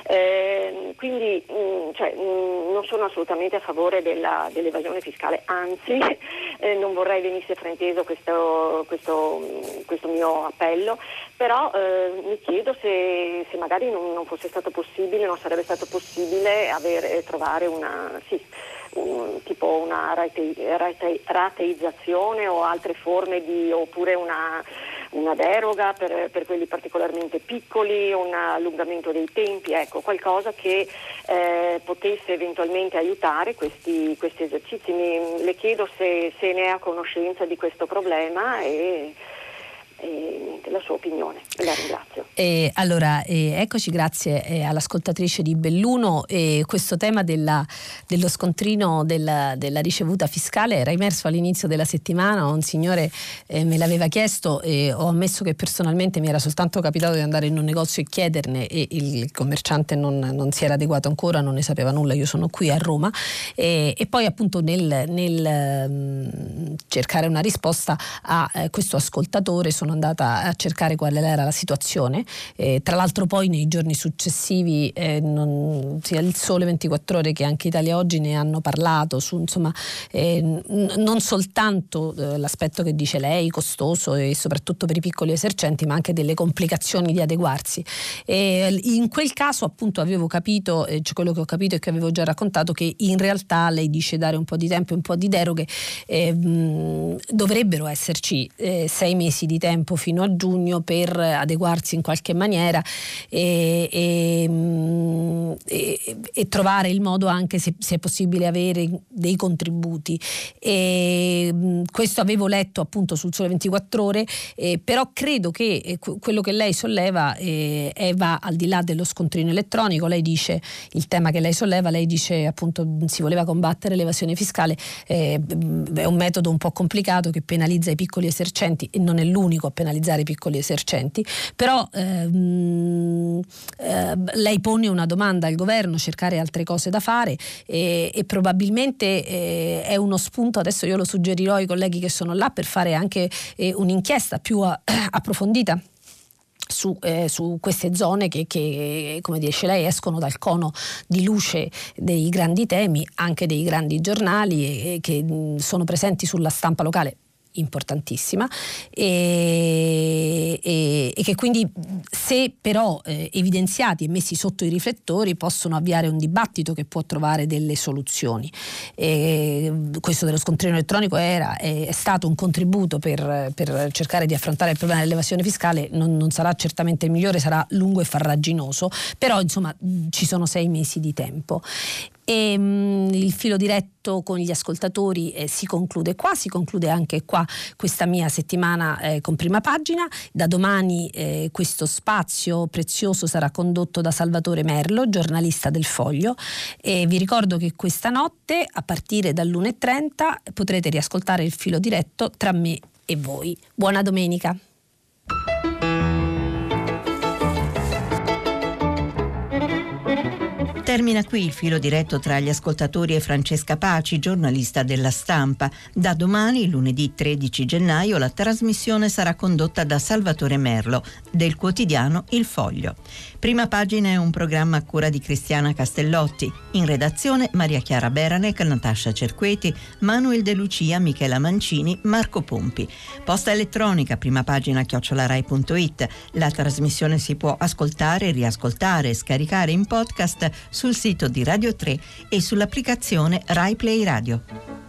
Eh, quindi mh, cioè, mh, non sono assolutamente a favore della, dell'evasione fiscale, anzi eh, non vorrei venisse frainteso questo, questo, mh, questo mio appello, però eh, mi chiedo se, se magari non, non fosse stato possibile, non sarebbe stato possibile avere, trovare una, sì, un, tipo una rate, rate, rateizzazione o altre forme di, oppure una una deroga per, per quelli particolarmente piccoli, un allungamento dei tempi, ecco, qualcosa che eh, potesse eventualmente aiutare questi, questi esercizi. Mi, le chiedo se, se ne è a conoscenza di questo problema e, e niente, la sua opinione. La ringrazio.
Eh, allora, eh, eccoci, grazie eh, all'ascoltatrice di Belluno. Eh, questo tema della, dello scontrino della, della ricevuta fiscale era emerso all'inizio della settimana. Un signore eh, me l'aveva chiesto e ho ammesso che personalmente mi era soltanto capitato di andare in un negozio e chiederne, e il commerciante non, non si era adeguato ancora, non ne sapeva nulla. Io sono qui a Roma e, e poi appunto nel, nel um, cercare una risposta a eh, questo ascoltatore sono andata a cercare qual era la situazione. Eh, tra l'altro poi nei giorni successivi eh, non, sia il Sole ventiquattro Ore che anche Italia Oggi ne hanno parlato su, insomma, eh, n- non soltanto eh, l'aspetto che dice lei, costoso e soprattutto per i piccoli esercenti, ma anche delle complicazioni di adeguarsi. E in quel caso appunto avevo capito, eh, cioè quello che ho capito e che avevo già raccontato, che in realtà lei dice dare un po' di tempo e un po' di deroghe, eh, mh, dovrebbero esserci eh, sei mesi di tempo tempo fino a giugno per adeguarsi in qualche maniera e, e, e, e trovare il modo anche se, se è possibile avere dei contributi. E, questo avevo letto appunto sul Sole ventiquattro Ore, eh, però credo che eh, quello che lei solleva eh, è, va al di là dello scontrino elettronico. Lei dice, il tema che lei solleva, lei dice appunto si voleva combattere l'evasione fiscale, eh, è un metodo un po' complicato che penalizza i piccoli esercenti e non è l'unico a penalizzare i piccoli esercenti, però ehm, eh, lei pone una domanda al governo, cercare altre cose da fare e, e probabilmente eh, è uno spunto, adesso io lo suggerirò ai colleghi che sono là, per fare anche eh, un'inchiesta più a, approfondita Su, eh, su queste zone che, che, come dice lei, escono dal cono di luce dei grandi temi, anche dei grandi giornali, e, e che mh, sono presenti sulla stampa locale, importantissima, e, e, e che quindi, se però eh, evidenziati e messi sotto i riflettori, possono avviare un dibattito che può trovare delle soluzioni. E questo dello scontrino elettronico era, è, è stato un contributo per, per cercare di affrontare il problema dell'evasione fiscale. Non, non sarà certamente il migliore, sarà lungo e farraginoso, però insomma ci sono sei mesi di tempo. E, mh, il filo diretto con gli ascoltatori eh, si conclude qua, si conclude anche qua questa mia settimana eh, con Prima Pagina. Da domani eh, questo spazio prezioso sarà condotto da Salvatore Merlo, giornalista del Foglio, e vi ricordo che questa notte a partire dall'una e trenta potrete riascoltare il filo diretto tra me e voi. Buona domenica.
Termina qui il filo diretto tra gli ascoltatori e Francesca Paci, giornalista della Stampa. Da domani, lunedì tredici gennaio, la trasmissione sarà condotta da Salvatore Merlo, del quotidiano Il Foglio. Prima Pagina è un programma a cura di Cristiana Castellotti. In redazione Maria Chiara Beranec, Natascia Cerqueti, Manuel De Lucia, Michela Mancini, Marco Pompi. Posta elettronica primapagina chiocciola rai punto it. La trasmissione si può ascoltare, riascoltare e scaricare in podcast sul sito di Radio tre e sull'applicazione Rai Play Radio.